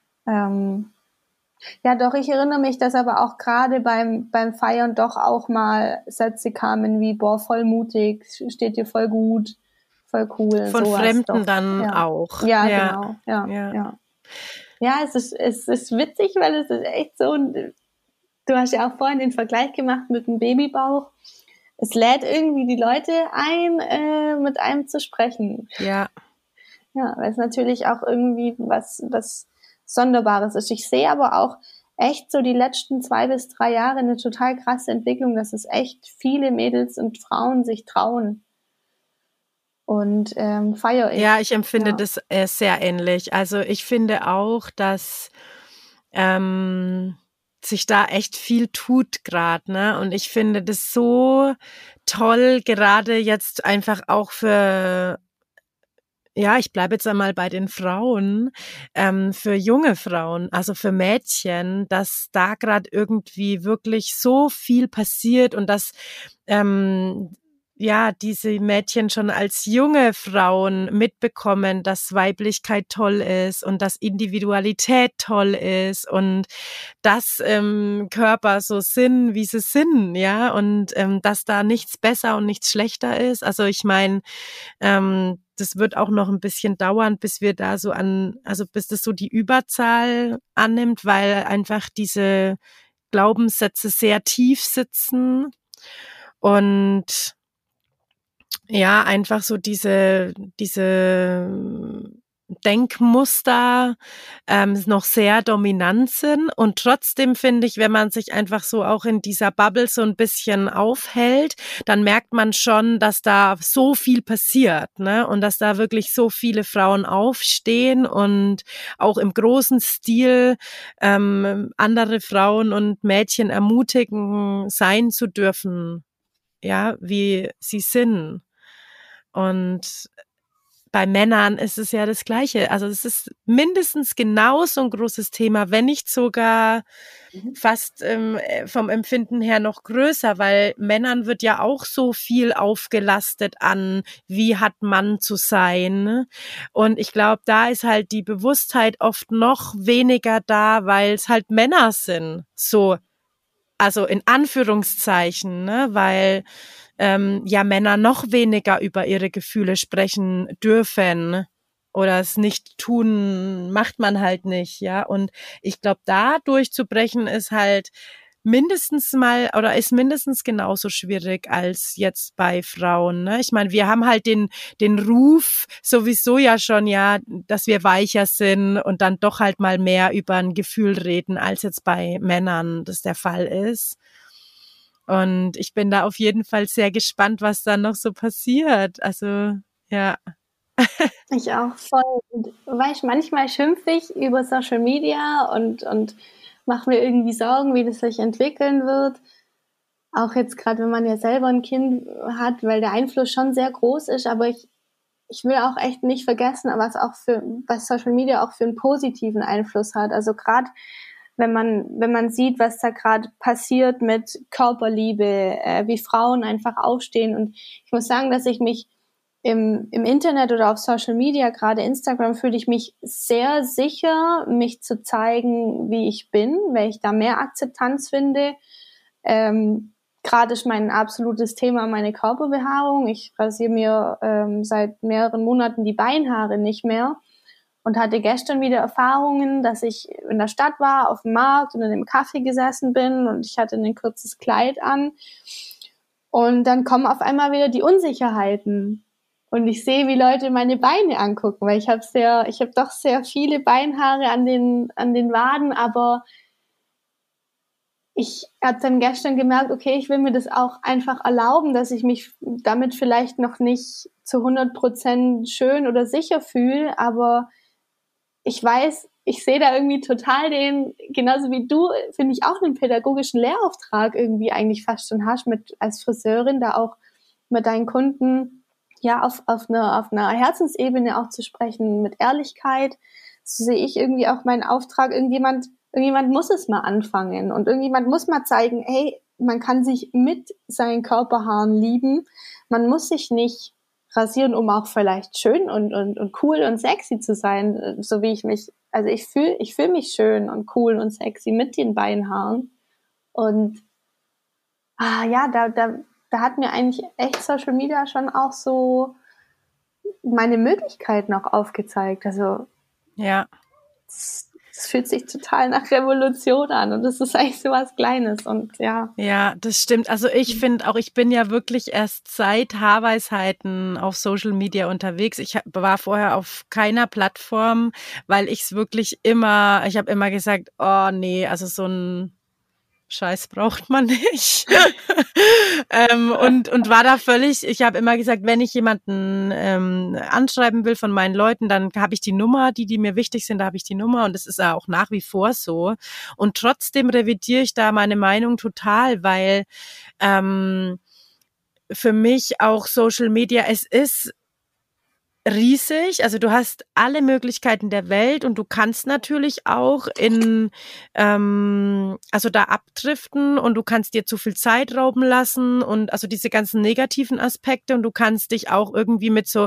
ja, doch, ich erinnere mich, dass aber auch gerade beim Feiern doch auch mal Sätze kamen wie, boah, voll mutig, steht dir voll gut, voll cool. Von sowas Fremden doch. dann auch. Ja, genau. Ja. Ja, es ist witzig, weil es ist echt so, du hast ja auch vorhin den Vergleich gemacht mit dem Babybauch. Es lädt irgendwie die Leute ein, mit einem zu sprechen. Ja. Ja, weil es natürlich auch irgendwie was Sonderbares ist. Ich sehe aber auch echt so die letzten 2 bis 3 Jahre eine total krasse Entwicklung, dass es echt viele Mädels und Frauen sich trauen. Und feiere ich. Ja, ich empfinde das sehr ähnlich. Also ich finde auch, dass sich da echt viel tut gerade, ne? Und ich finde das so toll, gerade jetzt einfach auch für ja, ich bleibe jetzt einmal bei den Frauen, für junge Frauen, also für Mädchen, dass da gerade irgendwie wirklich so viel passiert und dass ja, diese Mädchen schon als junge Frauen mitbekommen, dass Weiblichkeit toll ist und dass Individualität toll ist und dass Körper so sind, wie sie sind, ja, und dass da nichts besser und nichts schlechter ist. Also ich meine, das wird auch noch ein bisschen dauern, bis wir da so also bis das so die Überzahl annimmt, weil einfach diese Glaubenssätze sehr tief sitzen und ja, einfach so diese Denkmuster noch sehr dominant sind. Und trotzdem finde ich, wenn man sich einfach so auch in dieser Bubble so ein bisschen aufhält, dann merkt man schon, dass da so viel passiert, ne? Und dass da wirklich so viele Frauen aufstehen und auch im großen Stil andere Frauen und Mädchen ermutigen, sein zu dürfen, ja, wie sie sind. Und bei Männern ist es ja das Gleiche. Also es ist mindestens genauso ein großes Thema, wenn nicht sogar fast vom Empfinden her noch größer, weil Männern wird ja auch so viel aufgelastet an, wie hat Mann zu sein. Und ich glaube, da ist halt die Bewusstheit oft noch weniger da, weil es halt Männer sind. So, also in Anführungszeichen, ne, weil ja Männer noch weniger über ihre Gefühle sprechen dürfen oder es nicht tun, macht man halt nicht, ja. Und ich glaube, da durchzubrechen ist halt mindestens mal oder ist mindestens genauso schwierig als jetzt bei Frauen, ne? Ich meine, wir haben halt den Ruf sowieso ja schon, ja, dass wir weicher sind und dann doch halt mal mehr über ein Gefühl reden, als jetzt bei Männern das der Fall ist. Und ich bin da auf jeden Fall sehr gespannt, was da noch so passiert. Also, ja. Ich auch voll. Und weißt, manchmal schimpfe ich über Social Media und mache mir irgendwie Sorgen, wie das sich entwickeln wird. Auch jetzt gerade, wenn man ja selber ein Kind hat, weil der Einfluss schon sehr groß ist. Aber ich will auch echt nicht vergessen, was Social Media auch für einen positiven Einfluss hat. Also gerade wenn man sieht, was da gerade passiert mit Körperliebe, wie Frauen einfach aufstehen. Und ich muss sagen, dass ich mich im Internet oder auf Social Media, gerade Instagram, fühle ich mich sehr sicher, mich zu zeigen, wie ich bin, weil ich da mehr Akzeptanz finde. Gerade ist mein absolutes Thema meine Körperbehaarung. Ich rasiere mir seit mehreren Monaten die Beinhaare nicht mehr. Und hatte gestern wieder Erfahrungen, dass ich in der Stadt war, auf dem Markt und in einem Café gesessen bin und ich hatte ein kurzes Kleid an. Und dann kommen auf einmal wieder die Unsicherheiten. Und ich sehe, wie Leute meine Beine angucken, weil ich habe doch sehr viele Beinhaare an den Waden, aber ich habe dann gestern gemerkt, okay, ich will mir das auch einfach erlauben, dass ich mich damit vielleicht noch nicht zu 100% schön oder sicher fühle, aber ich weiß, ich sehe da irgendwie total genauso wie du, finde ich auch einen pädagogischen Lehrauftrag irgendwie eigentlich fast schon hast, als Friseurin da auch mit deinen Kunden ja auf einer Herzensebene auch zu sprechen, mit Ehrlichkeit. So sehe ich irgendwie auch meinen Auftrag, irgendjemand muss es mal anfangen und irgendjemand muss mal zeigen, hey, man kann sich mit seinen Körperhaaren lieben, man muss sich nicht rasieren, um auch vielleicht schön und cool und sexy zu sein, so wie ich mich, also ich fühl mich schön und cool und sexy mit den Beinhaaren. Und ja, da hat mir eigentlich echt Social Media schon auch so meine Möglichkeiten auch aufgezeigt. Also ja, es fühlt sich total nach Revolution an und das ist eigentlich so was Kleines und ja. Ja, das stimmt. Also ich finde auch, ich bin ja wirklich erst seit Haarweisheiten auf Social Media unterwegs. Ich war vorher auf keiner Plattform, weil ich es wirklich ich habe immer gesagt, oh nee, also so ein Scheiß braucht man nicht. Und war da völlig, ich habe immer gesagt, wenn ich jemanden anschreiben will von meinen Leuten, dann habe ich die Nummer, die mir wichtig sind, da habe ich die Nummer und das ist auch nach wie vor so. Und trotzdem revidiere ich da meine Meinung total, weil für mich auch Social Media, es ist riesig, also du hast alle Möglichkeiten der Welt und du kannst natürlich auch also da abdriften und du kannst dir zu viel Zeit rauben lassen und also diese ganzen negativen Aspekte und du kannst dich auch irgendwie mit so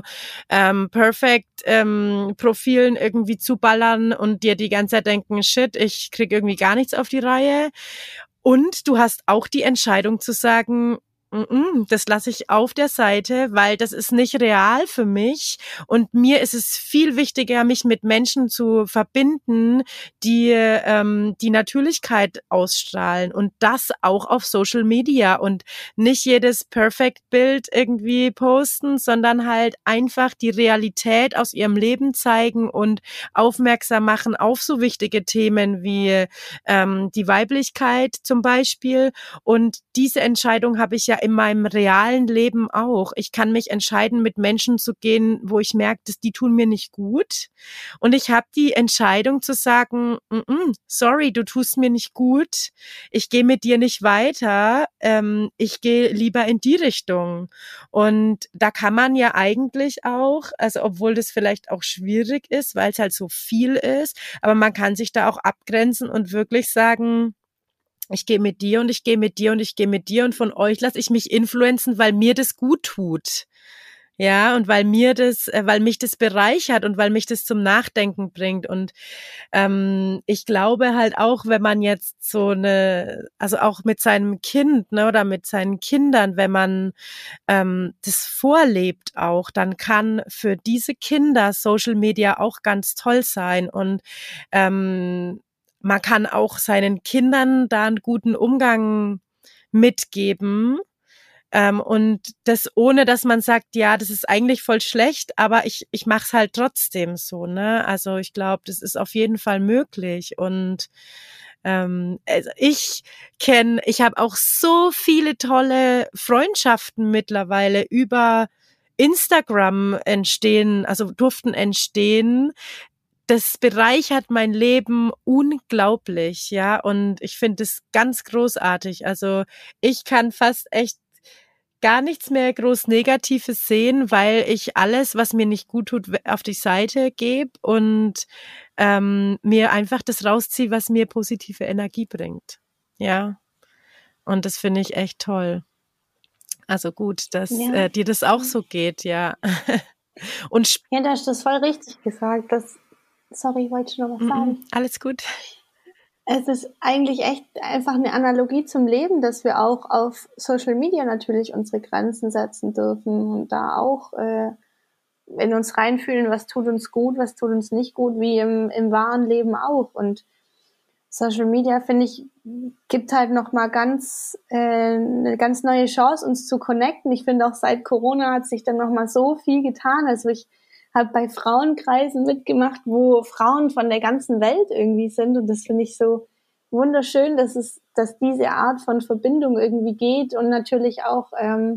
Profilen irgendwie zuballern und dir die ganze Zeit denken, shit, ich krieg irgendwie gar nichts auf die Reihe. Und du hast auch die Entscheidung zu sagen, das lasse ich auf der Seite, weil das ist nicht real für mich und mir ist es viel wichtiger, mich mit Menschen zu verbinden, die die Natürlichkeit ausstrahlen und das auch auf Social Media und nicht jedes Perfect-Bild irgendwie posten, sondern halt einfach die Realität aus ihrem Leben zeigen und aufmerksam machen auf so wichtige Themen wie die Weiblichkeit zum Beispiel. Und diese Entscheidung habe ich ja in meinem realen Leben auch. Ich kann mich entscheiden, mit Menschen zu gehen, wo ich merke, dass die tun mir nicht gut. Und ich habe die Entscheidung zu sagen, sorry, du tust mir nicht gut. Ich gehe mit dir nicht weiter. Ich gehe lieber in die Richtung. Und da kann man ja eigentlich auch, also obwohl das vielleicht auch schwierig ist, weil es halt so viel ist, aber man kann sich da auch abgrenzen und wirklich sagen, ich gehe mit dir und ich gehe mit dir und ich gehe mit dir und von euch lasse ich mich influenzen, weil mir das gut tut. Ja, und weil mich das bereichert und weil mich das zum Nachdenken bringt. Und ich glaube halt auch, wenn man jetzt also auch mit seinem Kind, ne, oder mit seinen Kindern, wenn man das vorlebt auch, dann kann für diese Kinder Social Media auch ganz toll sein. Und man kann auch seinen Kindern da einen guten Umgang mitgeben. Und das ohne, dass man sagt, ja, das ist eigentlich voll schlecht, aber ich mach's halt trotzdem so, ne? Also ich glaube, das ist auf jeden Fall möglich. Und also ich habe auch so viele tolle Freundschaften mittlerweile über Instagram durften entstehen. Das bereichert mein Leben unglaublich, ja, und ich finde es ganz großartig. Also ich kann fast echt gar nichts mehr groß Negatives sehen, weil ich alles, was mir nicht gut tut, auf die Seite gebe und mir einfach das rausziehe, was mir positive Energie bringt. Ja, und das finde ich echt toll. Also gut, dass dir das auch so geht, ja. Und ja, da hast du das voll richtig gesagt. Sorry, wollte ich noch was sagen? Alles gut. Es ist eigentlich echt einfach eine Analogie zum Leben, dass wir auch auf Social Media natürlich unsere Grenzen setzen dürfen und da auch in uns reinfühlen, was tut uns gut, was tut uns nicht gut, wie im wahren Leben auch. Und Social Media, finde ich, gibt halt nochmal eine ganz neue Chance, uns zu connecten. Ich finde auch seit Corona hat sich dann nochmal so viel getan. Also ich habe bei Frauenkreisen mitgemacht, wo Frauen von der ganzen Welt irgendwie sind. Und das finde ich so wunderschön, dass diese Art von Verbindung irgendwie geht. Und natürlich auch,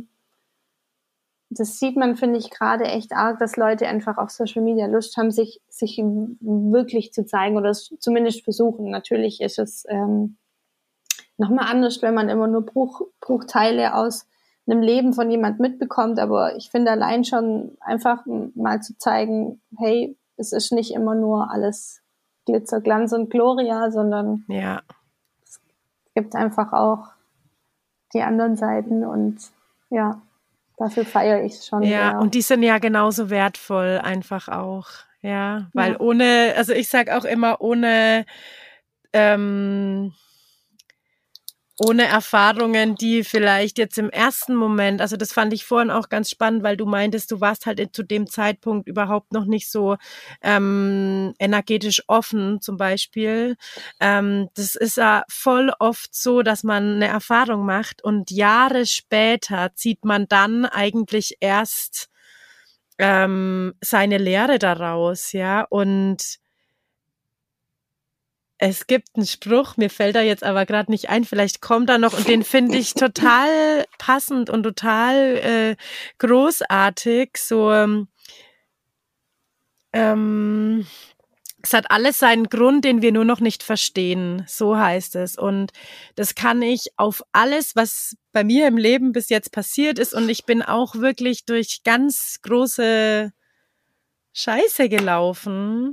das sieht man, finde ich, gerade echt arg, dass Leute einfach auf Social Media Lust haben, sich wirklich zu zeigen oder es zumindest versuchen. Natürlich ist es nochmal anders, wenn man immer nur Bruchteile aus einem Leben von jemand mitbekommt, aber ich finde allein schon einfach mal zu zeigen, hey, es ist nicht immer nur alles Glitzer, Glanz und Gloria, sondern es gibt einfach auch die anderen Seiten und ja, dafür feiere ich es schon. Ja, sehr. Und die sind ja genauso wertvoll einfach auch, ja, weil also ich sag auch immer, ohne Erfahrungen, die vielleicht jetzt im ersten Moment, also das fand ich vorhin auch ganz spannend, weil du meintest, du warst halt zu dem Zeitpunkt überhaupt noch nicht so energetisch offen zum Beispiel. Das ist ja voll oft so, dass man eine Erfahrung macht und Jahre später zieht man dann eigentlich erst seine Lehre daraus, ja, und es gibt einen Spruch, mir fällt er jetzt aber gerade nicht ein, vielleicht kommt er noch und den finde ich total passend und total großartig. So, es hat alles seinen Grund, den wir nur noch nicht verstehen, so heißt es. Und das kann ich auf alles, was bei mir im Leben bis jetzt passiert ist und ich bin auch wirklich durch ganz große scheiße gelaufen.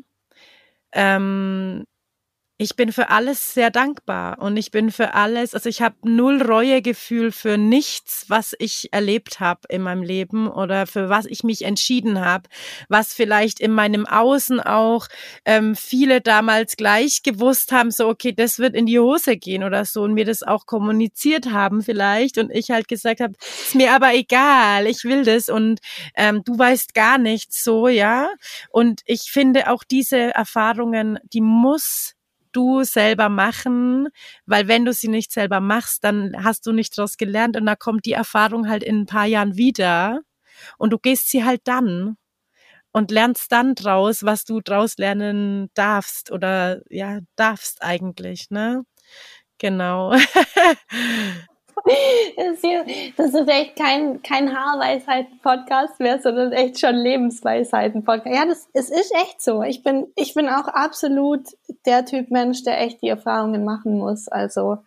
Ich bin für alles sehr dankbar und ich bin für alles, also ich habe null Reuegefühl für nichts, was ich erlebt habe in meinem Leben oder für was ich mich entschieden habe, was vielleicht in meinem Außen auch viele damals gleich gewusst haben, so okay, das wird in die Hose gehen oder so und mir das auch kommuniziert haben vielleicht und ich halt gesagt habe, ist mir aber egal, ich will das und du weißt gar nichts so, ja, und ich finde auch diese Erfahrungen, die muss du selber machen, weil wenn du sie nicht selber machst, dann hast du nicht daraus gelernt und da kommt die Erfahrung halt in ein paar Jahren wieder und du gehst sie halt dann und lernst dann draus, was du draus lernen darfst oder ja, darfst eigentlich, ne? Genau. Das ist echt kein Haarweisheiten-Podcast mehr, sondern echt schon Lebensweisheiten-Podcast. Ja, es ist echt so. Ich bin auch absolut der Typ Mensch, der echt die Erfahrungen machen muss. Also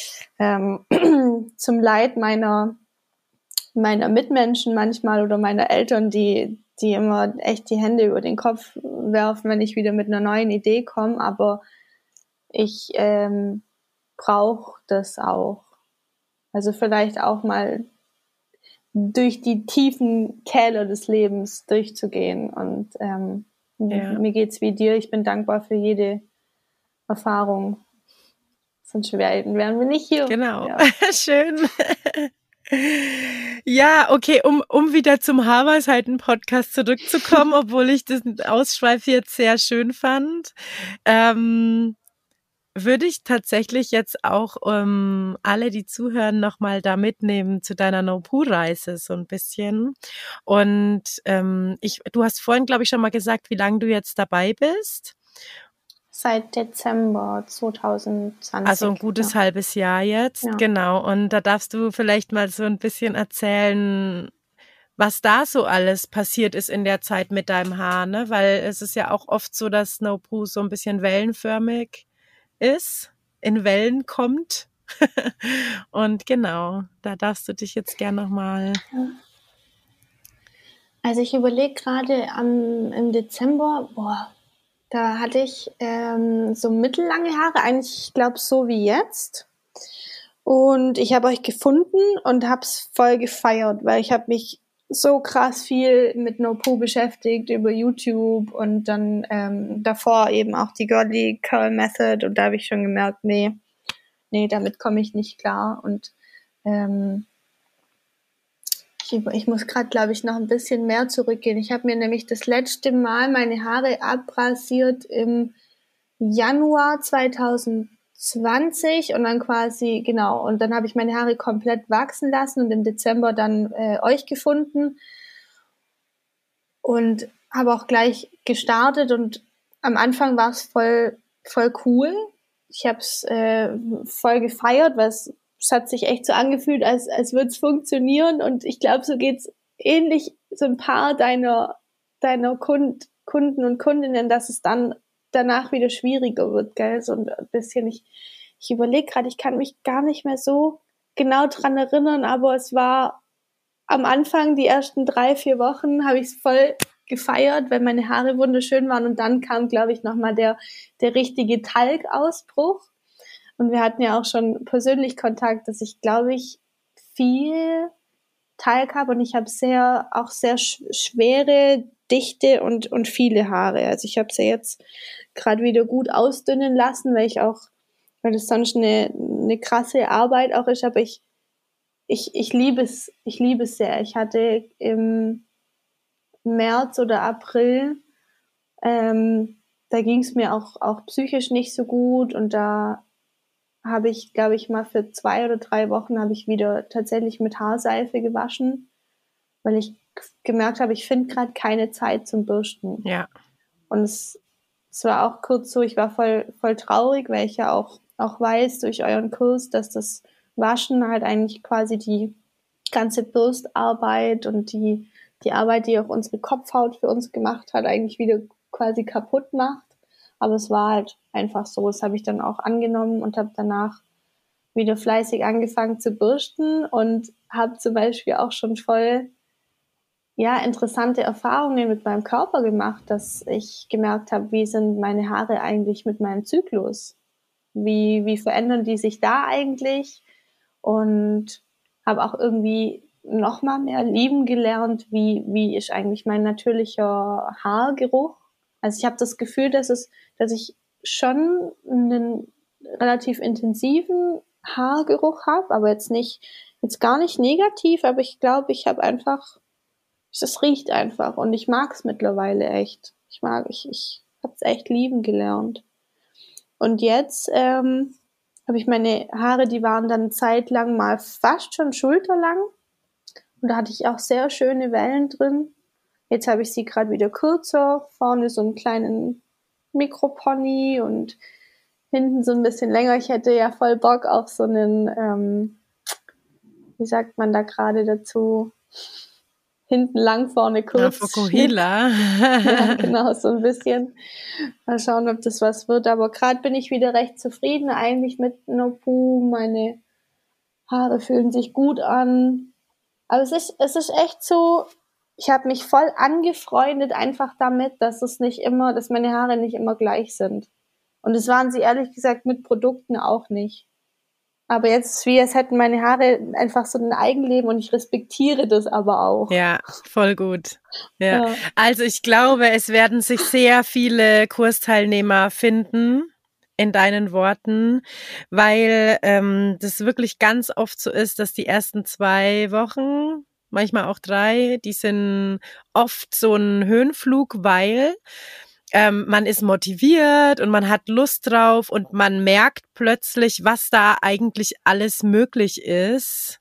zum Leid meiner Mitmenschen manchmal oder meiner Eltern, die immer echt die Hände über den Kopf werfen, wenn ich wieder mit einer neuen Idee komme. Aber ich brauche das auch. Also vielleicht auch mal durch die tiefen Täler des Lebens durchzugehen. Und mir geht's wie dir. Ich bin dankbar für jede Erfahrung. Sonst wären wir nicht hier. Genau. Ja. Schön. Ja, okay, um wieder zum Haarweisheiten-Podcast zurückzukommen, obwohl ich das Ausschweif jetzt sehr schön fand, würde ich tatsächlich jetzt auch alle, die zuhören, nochmal da mitnehmen zu deiner No-Poo-Reise so ein bisschen. Und du hast vorhin, glaube ich, schon mal gesagt, wie lange du jetzt dabei bist. Seit Dezember 2020. Also ein gutes halbes Jahr jetzt, Ja. Genau. Und da darfst du vielleicht mal so ein bisschen erzählen, was da so alles passiert ist in der Zeit mit deinem Haar, ne? Weil es ist ja auch oft so, dass No-Poo so ein bisschen wellenförmig ist, in Wellen kommt. Und genau, da darfst du dich jetzt gern nochmal. Also ich überlege gerade im Dezember, da hatte ich so mittellange Haare, eigentlich, ich glaube, so wie jetzt. Und ich habe euch gefunden und habe es voll gefeiert, weil ich habe mich so krass viel mit No-Poo beschäftigt über YouTube und dann davor eben auch die Girly Curl Method und da habe ich schon gemerkt, nee, damit komme ich nicht klar und ich muss gerade, glaube ich, noch ein bisschen mehr zurückgehen. Ich habe mir nämlich das letzte Mal meine Haare abrasiert im Januar 2020 und dann quasi, genau, und dann habe ich meine Haare komplett wachsen lassen und im Dezember dann euch gefunden und habe auch gleich gestartet und am Anfang war es voll cool. Ich habe es voll gefeiert, weil es hat sich echt so angefühlt, als würde es funktionieren und ich glaube, so geht's ähnlich so ein paar deiner Kunden und Kundinnen, dass es dann danach wieder schwieriger wird, gell, so ein bisschen. Ich überlege gerade, ich kann mich gar nicht mehr so genau dran erinnern, aber es war am Anfang, die ersten 3-4 Wochen, habe ich es voll gefeiert, weil meine Haare wunderschön waren und dann kam, glaube ich, nochmal der richtige Talgausbruch. Und wir hatten ja auch schon persönlich Kontakt, dass ich, glaube ich, viel Talg habe und ich habe sehr schwere, dichte und viele Haare. Also ich habe sie jetzt gerade wieder gut ausdünnen lassen, weil es sonst eine krasse Arbeit auch ist, aber ich liebe es sehr. Ich hatte im März oder April, da ging es mir auch psychisch nicht so gut und da habe ich, glaube ich, mal für 2 oder 3 Wochen habe ich wieder tatsächlich mit Haarseife gewaschen, weil ich gemerkt habe, ich finde gerade keine Zeit zum Bürsten. Ja. Und es war auch kurz so, ich war voll traurig, weil ich ja auch weiß durch euren Kurs, dass das Waschen halt eigentlich quasi die ganze Bürstarbeit und die Arbeit, die auch unsere Kopfhaut für uns gemacht hat, eigentlich wieder quasi kaputt macht. Aber es war halt einfach so, das habe ich dann auch angenommen und habe danach wieder fleißig angefangen zu bürsten und habe zum Beispiel auch schon voll ja, interessante Erfahrungen mit meinem Körper gemacht, dass ich gemerkt habe, wie sind meine Haare eigentlich mit meinem Zyklus? Wie verändern die sich da eigentlich? Und habe auch irgendwie noch mal mehr lieben gelernt, wie ist eigentlich mein natürlicher Haargeruch. Also ich habe das Gefühl, dass ich schon einen relativ intensiven Haargeruch habe, aber jetzt gar nicht negativ, aber ich glaube, ich habe einfach, es riecht einfach und ich mag es mittlerweile echt. Ich habe es echt lieben gelernt. Und jetzt habe ich meine Haare, die waren dann zeitlang mal fast schon schulterlang. Und da hatte ich auch sehr schöne Wellen drin. Jetzt habe ich sie gerade wieder kürzer. Vorne so einen kleinen Mikropony und hinten so ein bisschen länger. Ich hätte ja voll Bock auf so einen, wie sagt man da gerade dazu? Hinten lang, vorne kurz. Fukuhila. Ja, genau, so ein bisschen. Mal schauen, ob das was wird. Aber gerade bin ich wieder recht zufrieden eigentlich mit Nobu. Meine Haare fühlen sich gut an. Aber es ist echt so, ich habe mich voll angefreundet einfach damit, dass meine Haare nicht immer gleich sind. Und das waren sie ehrlich gesagt mit Produkten auch nicht. Aber jetzt ist es wie, als hätten meine Haare einfach so ein Eigenleben und ich respektiere das aber auch. Ja, voll gut. Ja. Also ich glaube, es werden sich sehr viele Kursteilnehmer finden in deinen Worten, weil das wirklich ganz oft so ist, dass die ersten 2 Wochen, manchmal auch 3, die sind oft so ein Höhenflug, weil man ist motiviert und man hat Lust drauf und man merkt plötzlich, was da eigentlich alles möglich ist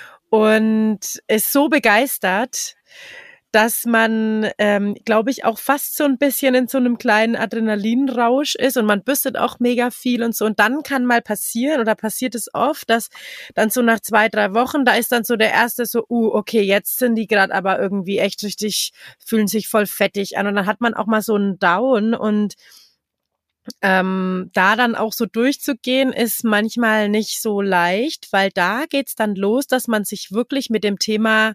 und ist so begeistert, dass man, glaube ich, auch fast so ein bisschen in so einem kleinen Adrenalinrausch ist und man bürstet auch mega viel und so. Und dann kann mal passieren oder passiert es oft, dass dann so nach 2, 3 Wochen, da ist dann so der erste so, okay, jetzt sind die gerade aber irgendwie echt richtig, fühlen sich voll fettig an und dann hat man auch mal so einen Down und da dann auch so durchzugehen, ist manchmal nicht so leicht, weil da geht's dann los, dass man sich wirklich mit dem Thema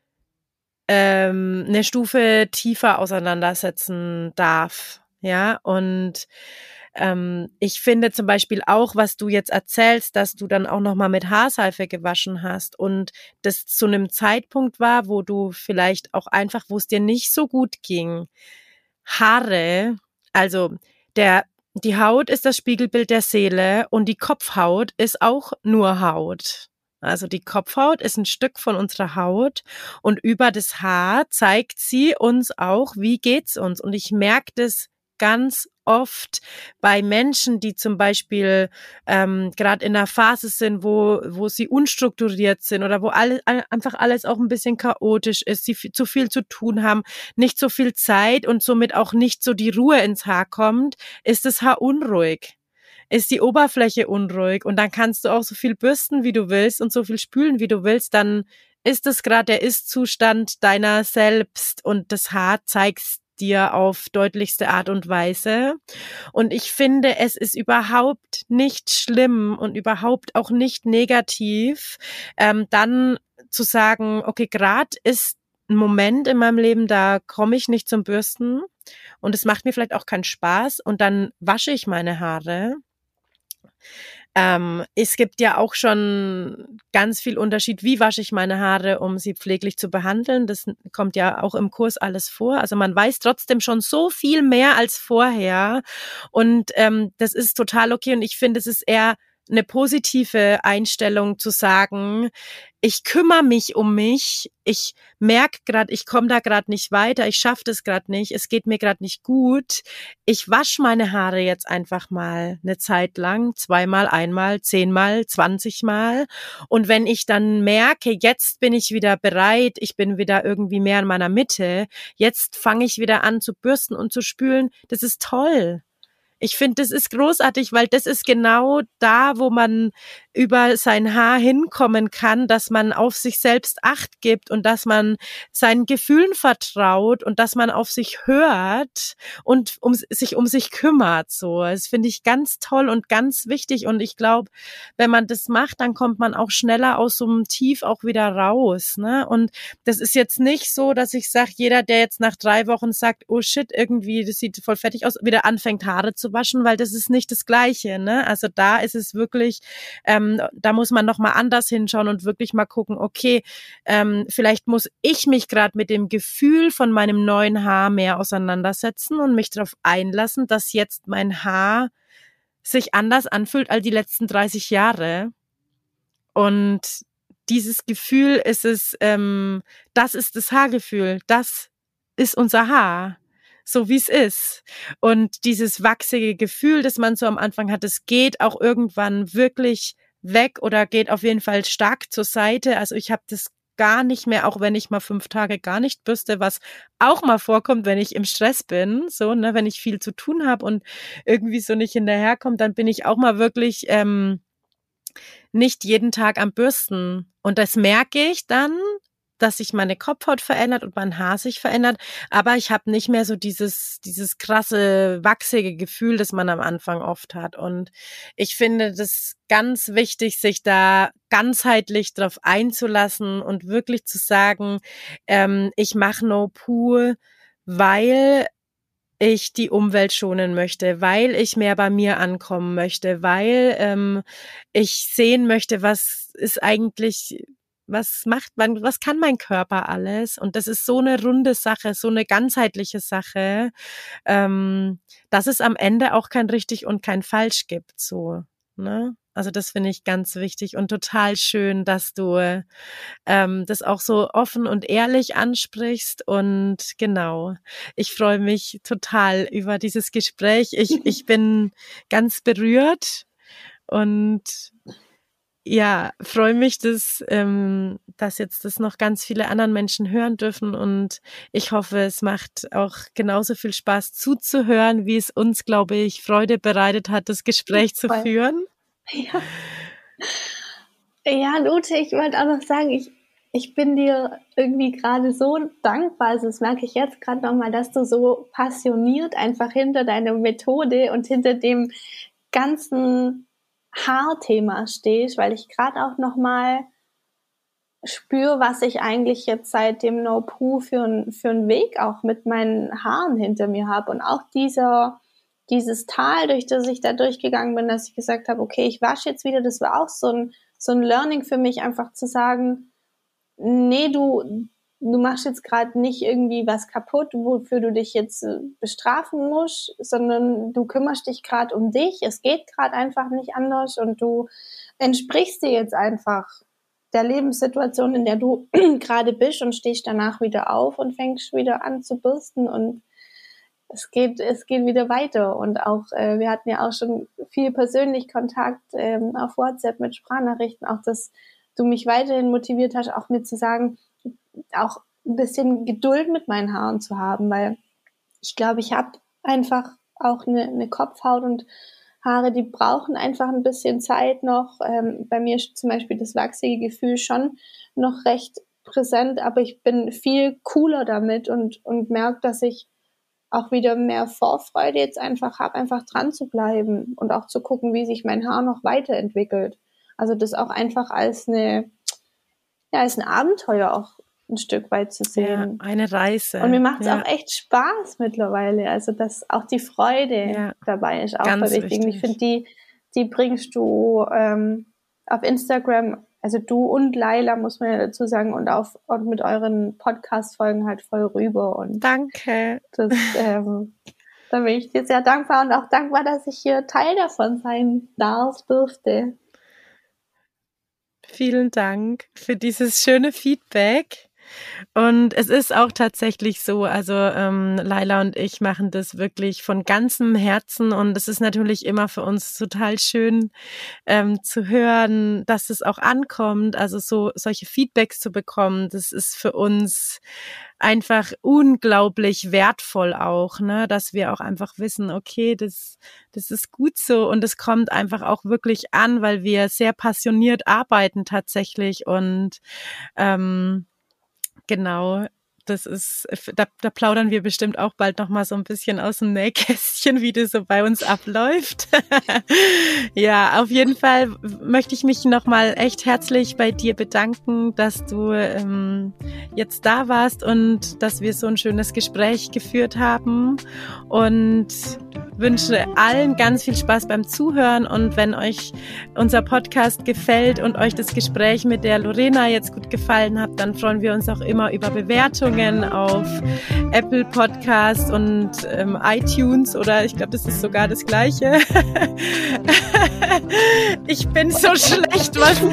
eine Stufe tiefer auseinandersetzen darf. Ja, und ich finde zum Beispiel auch, was du jetzt erzählst, dass du dann auch nochmal mit Haarseife gewaschen hast und das zu einem Zeitpunkt war, wo du vielleicht auch einfach, wo es dir nicht so gut ging. Haare, also die Haut ist das Spiegelbild der Seele und die Kopfhaut ist auch nur Haut. Also die Kopfhaut ist ein Stück von unserer Haut und über das Haar zeigt sie uns auch, wie geht's uns. Und ich merke das ganz oft bei Menschen, die zum Beispiel gerade in einer Phase sind, wo sie unstrukturiert sind oder wo einfach alles auch ein bisschen chaotisch ist, sie zu viel zu tun haben, nicht so viel Zeit und somit auch nicht so die Ruhe ins Haar kommt, ist das Haar unruhig. Ist die Oberfläche unruhig und dann kannst du auch so viel bürsten, wie du willst und so viel spülen, wie du willst, dann ist es gerade der Ist-Zustand deiner selbst und das Haar zeigt dir auf deutlichste Art und Weise. Und ich finde, es ist überhaupt nicht schlimm und überhaupt auch nicht negativ, dann zu sagen, okay, gerade ist ein Moment in meinem Leben, da komme ich nicht zum Bürsten und es macht mir vielleicht auch keinen Spaß und dann wasche ich meine Haare. Es gibt ja auch schon ganz viel Unterschied, wie wasche ich meine Haare, um sie pfleglich zu behandeln. Das kommt ja auch im Kurs alles vor. Also man weiß trotzdem schon so viel mehr als vorher und das ist total okay und ich finde, es ist eher eine positive Einstellung zu sagen, ich kümmere mich um mich, ich merke gerade, ich komme da gerade nicht weiter, ich schaffe das gerade nicht, es geht mir gerade nicht gut, ich wasche meine Haare jetzt einfach mal eine Zeit lang, 2-mal, 1-mal, 10-mal, 20-mal und wenn ich dann merke, jetzt bin ich wieder bereit, ich bin wieder irgendwie mehr in meiner Mitte, jetzt fange ich wieder an zu bürsten und zu spülen, das ist toll. Ich finde, das ist großartig, weil das ist genau da, wo man über sein Haar hinkommen kann, dass man auf sich selbst Acht gibt und dass man seinen Gefühlen vertraut und dass man auf sich hört und sich um sich kümmert. So, das finde ich ganz toll und ganz wichtig. Und ich glaube, wenn man das macht, dann kommt man auch schneller aus so einem Tief auch wieder raus. Ne? Und das ist jetzt nicht so, dass ich sage, jeder, der jetzt nach 3 Wochen sagt, oh shit, irgendwie, das sieht voll fertig aus, wieder anfängt Haare zu waschen, weil das ist nicht das Gleiche. Ne? Also da ist es wirklich, da muss man nochmal anders hinschauen und wirklich mal gucken, okay, vielleicht muss ich mich gerade mit dem Gefühl von meinem neuen Haar mehr auseinandersetzen und mich darauf einlassen, dass jetzt mein Haar sich anders anfühlt als die letzten 30 Jahre. Und dieses Gefühl ist es, das ist das Haargefühl, das ist unser Haar, so wie es ist. Und dieses wachsige Gefühl, das man so am Anfang hat, das geht auch irgendwann wirklich weg oder geht auf jeden Fall stark zur Seite. Also ich habe das gar nicht mehr, auch wenn ich mal 5 Tage gar nicht bürste, was auch mal vorkommt, wenn ich im Stress bin, so, ne, wenn ich viel zu tun habe und irgendwie so nicht hinterherkomme, dann bin ich auch mal wirklich nicht jeden Tag am Bürsten. Und das merke ich dann, dass sich meine Kopfhaut verändert und mein Haar sich verändert, aber ich habe nicht mehr so dieses krasse, wachsige Gefühl, das man am Anfang oft hat. Und ich finde das ganz wichtig, sich da ganzheitlich drauf einzulassen und wirklich zu sagen, ich mache No-Poo, weil ich die Umwelt schonen möchte, weil ich mehr bei mir ankommen möchte, weil ich sehen möchte, was ist eigentlich, was kann mein Körper alles? Und das ist so eine runde Sache, so eine ganzheitliche Sache, dass es am Ende auch kein richtig und kein falsch gibt, so, ne? Also das finde ich ganz wichtig und total schön, dass du das auch so offen und ehrlich ansprichst. Und genau, ich freue mich total über dieses Gespräch. Ich bin ganz berührt und ja, freue mich, dass jetzt das noch ganz viele anderen Menschen hören dürfen. Und ich hoffe, es macht auch genauso viel Spaß zuzuhören, wie es uns, glaube ich, Freude bereitet hat, das Gespräch zu führen. Ja. Ja, Ute, ich wollte auch noch sagen, ich bin dir irgendwie gerade so dankbar, also das merke ich jetzt gerade nochmal, dass du so passioniert einfach hinter deiner Methode und hinter dem ganzen Haarthema stehst, weil ich gerade auch nochmal spüre, was ich eigentlich jetzt seit dem No-Poo für einen Weg auch mit meinen Haaren hinter mir habe und auch dieses Tal, durch das ich da durchgegangen bin, dass ich gesagt habe, okay, ich wasche jetzt wieder, das war auch so ein Learning für mich, einfach zu sagen, nee, du machst jetzt gerade nicht irgendwie was kaputt, wofür du dich jetzt bestrafen musst, sondern du kümmerst dich gerade um dich, es geht gerade einfach nicht anders und du entsprichst dir jetzt einfach der Lebenssituation, in der du gerade bist und stehst danach wieder auf und fängst wieder an zu bürsten und es geht wieder weiter und auch, wir hatten ja auch schon viel persönlich Kontakt auf WhatsApp mit Sprachnachrichten, auch dass du mich weiterhin motiviert hast, auch mir zu sagen, auch ein bisschen Geduld mit meinen Haaren zu haben, weil ich glaube, ich habe einfach auch eine Kopfhaut und Haare, die brauchen einfach ein bisschen Zeit noch. Bei mir ist zum Beispiel das wachsige Gefühl schon noch recht präsent, aber ich bin viel cooler damit und merke, dass ich auch wieder mehr Vorfreude jetzt einfach habe, einfach dran zu bleiben und auch zu gucken, wie sich mein Haar noch weiterentwickelt. Also das auch einfach als ein Abenteuer auch ein Stück weit zu sehen. Ja, eine Reise. Und mir macht es auch echt Spaß mittlerweile. Also dass auch die Freude dabei ist auch voll wichtig. Und ich finde, die bringst du auf Instagram, also du und Laila, muss man ja dazu sagen, und mit euren Podcast-Folgen halt voll rüber. Und danke. Das, da bin ich dir sehr dankbar und auch dankbar, dass ich hier Teil davon sein durfte. Vielen Dank für dieses schöne Feedback. Und es ist auch tatsächlich so, also Laila und ich machen das wirklich von ganzem Herzen und es ist natürlich immer für uns total schön zu hören, dass es auch ankommt, also solche Feedbacks zu bekommen, das ist für uns einfach unglaublich wertvoll auch, ne, dass wir auch einfach wissen, okay, das ist gut so und es kommt einfach auch wirklich an, weil wir sehr passioniert arbeiten tatsächlich und genau, das ist, da plaudern wir bestimmt auch bald nochmal so ein bisschen aus dem Nähkästchen, wie das so bei uns abläuft. Ja, auf jeden Fall möchte ich mich nochmal echt herzlich bei dir bedanken, dass du jetzt da warst und dass wir so ein schönes Gespräch geführt haben und wünsche allen ganz viel Spaß beim Zuhören und wenn euch unser Podcast gefällt und euch das Gespräch mit der Lorena jetzt gut gefallen hat, dann freuen wir uns auch immer über Bewertungen auf Apple Podcast und iTunes oder ich glaube, das ist sogar das Gleiche. Ich bin so schlecht,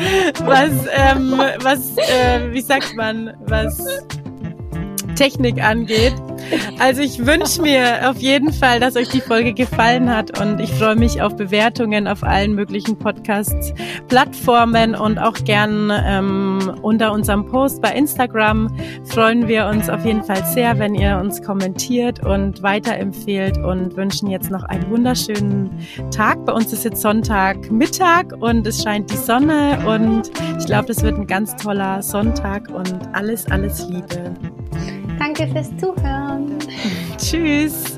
wie sagt man, was Technik angeht. Also ich wünsche mir auf jeden Fall, dass euch die Folge gefallen hat und ich freue mich auf Bewertungen auf allen möglichen Podcast-Plattformen und auch gern unter unserem Post bei Instagram freuen wir uns auf jeden Fall sehr, wenn ihr uns kommentiert und weiterempfehlt und wünschen jetzt noch einen wunderschönen Tag. Bei uns ist jetzt Sonntagmittag und es scheint die Sonne und ich glaube, das wird ein ganz toller Sonntag und alles Liebe. Danke fürs Zuhören. Tschüss.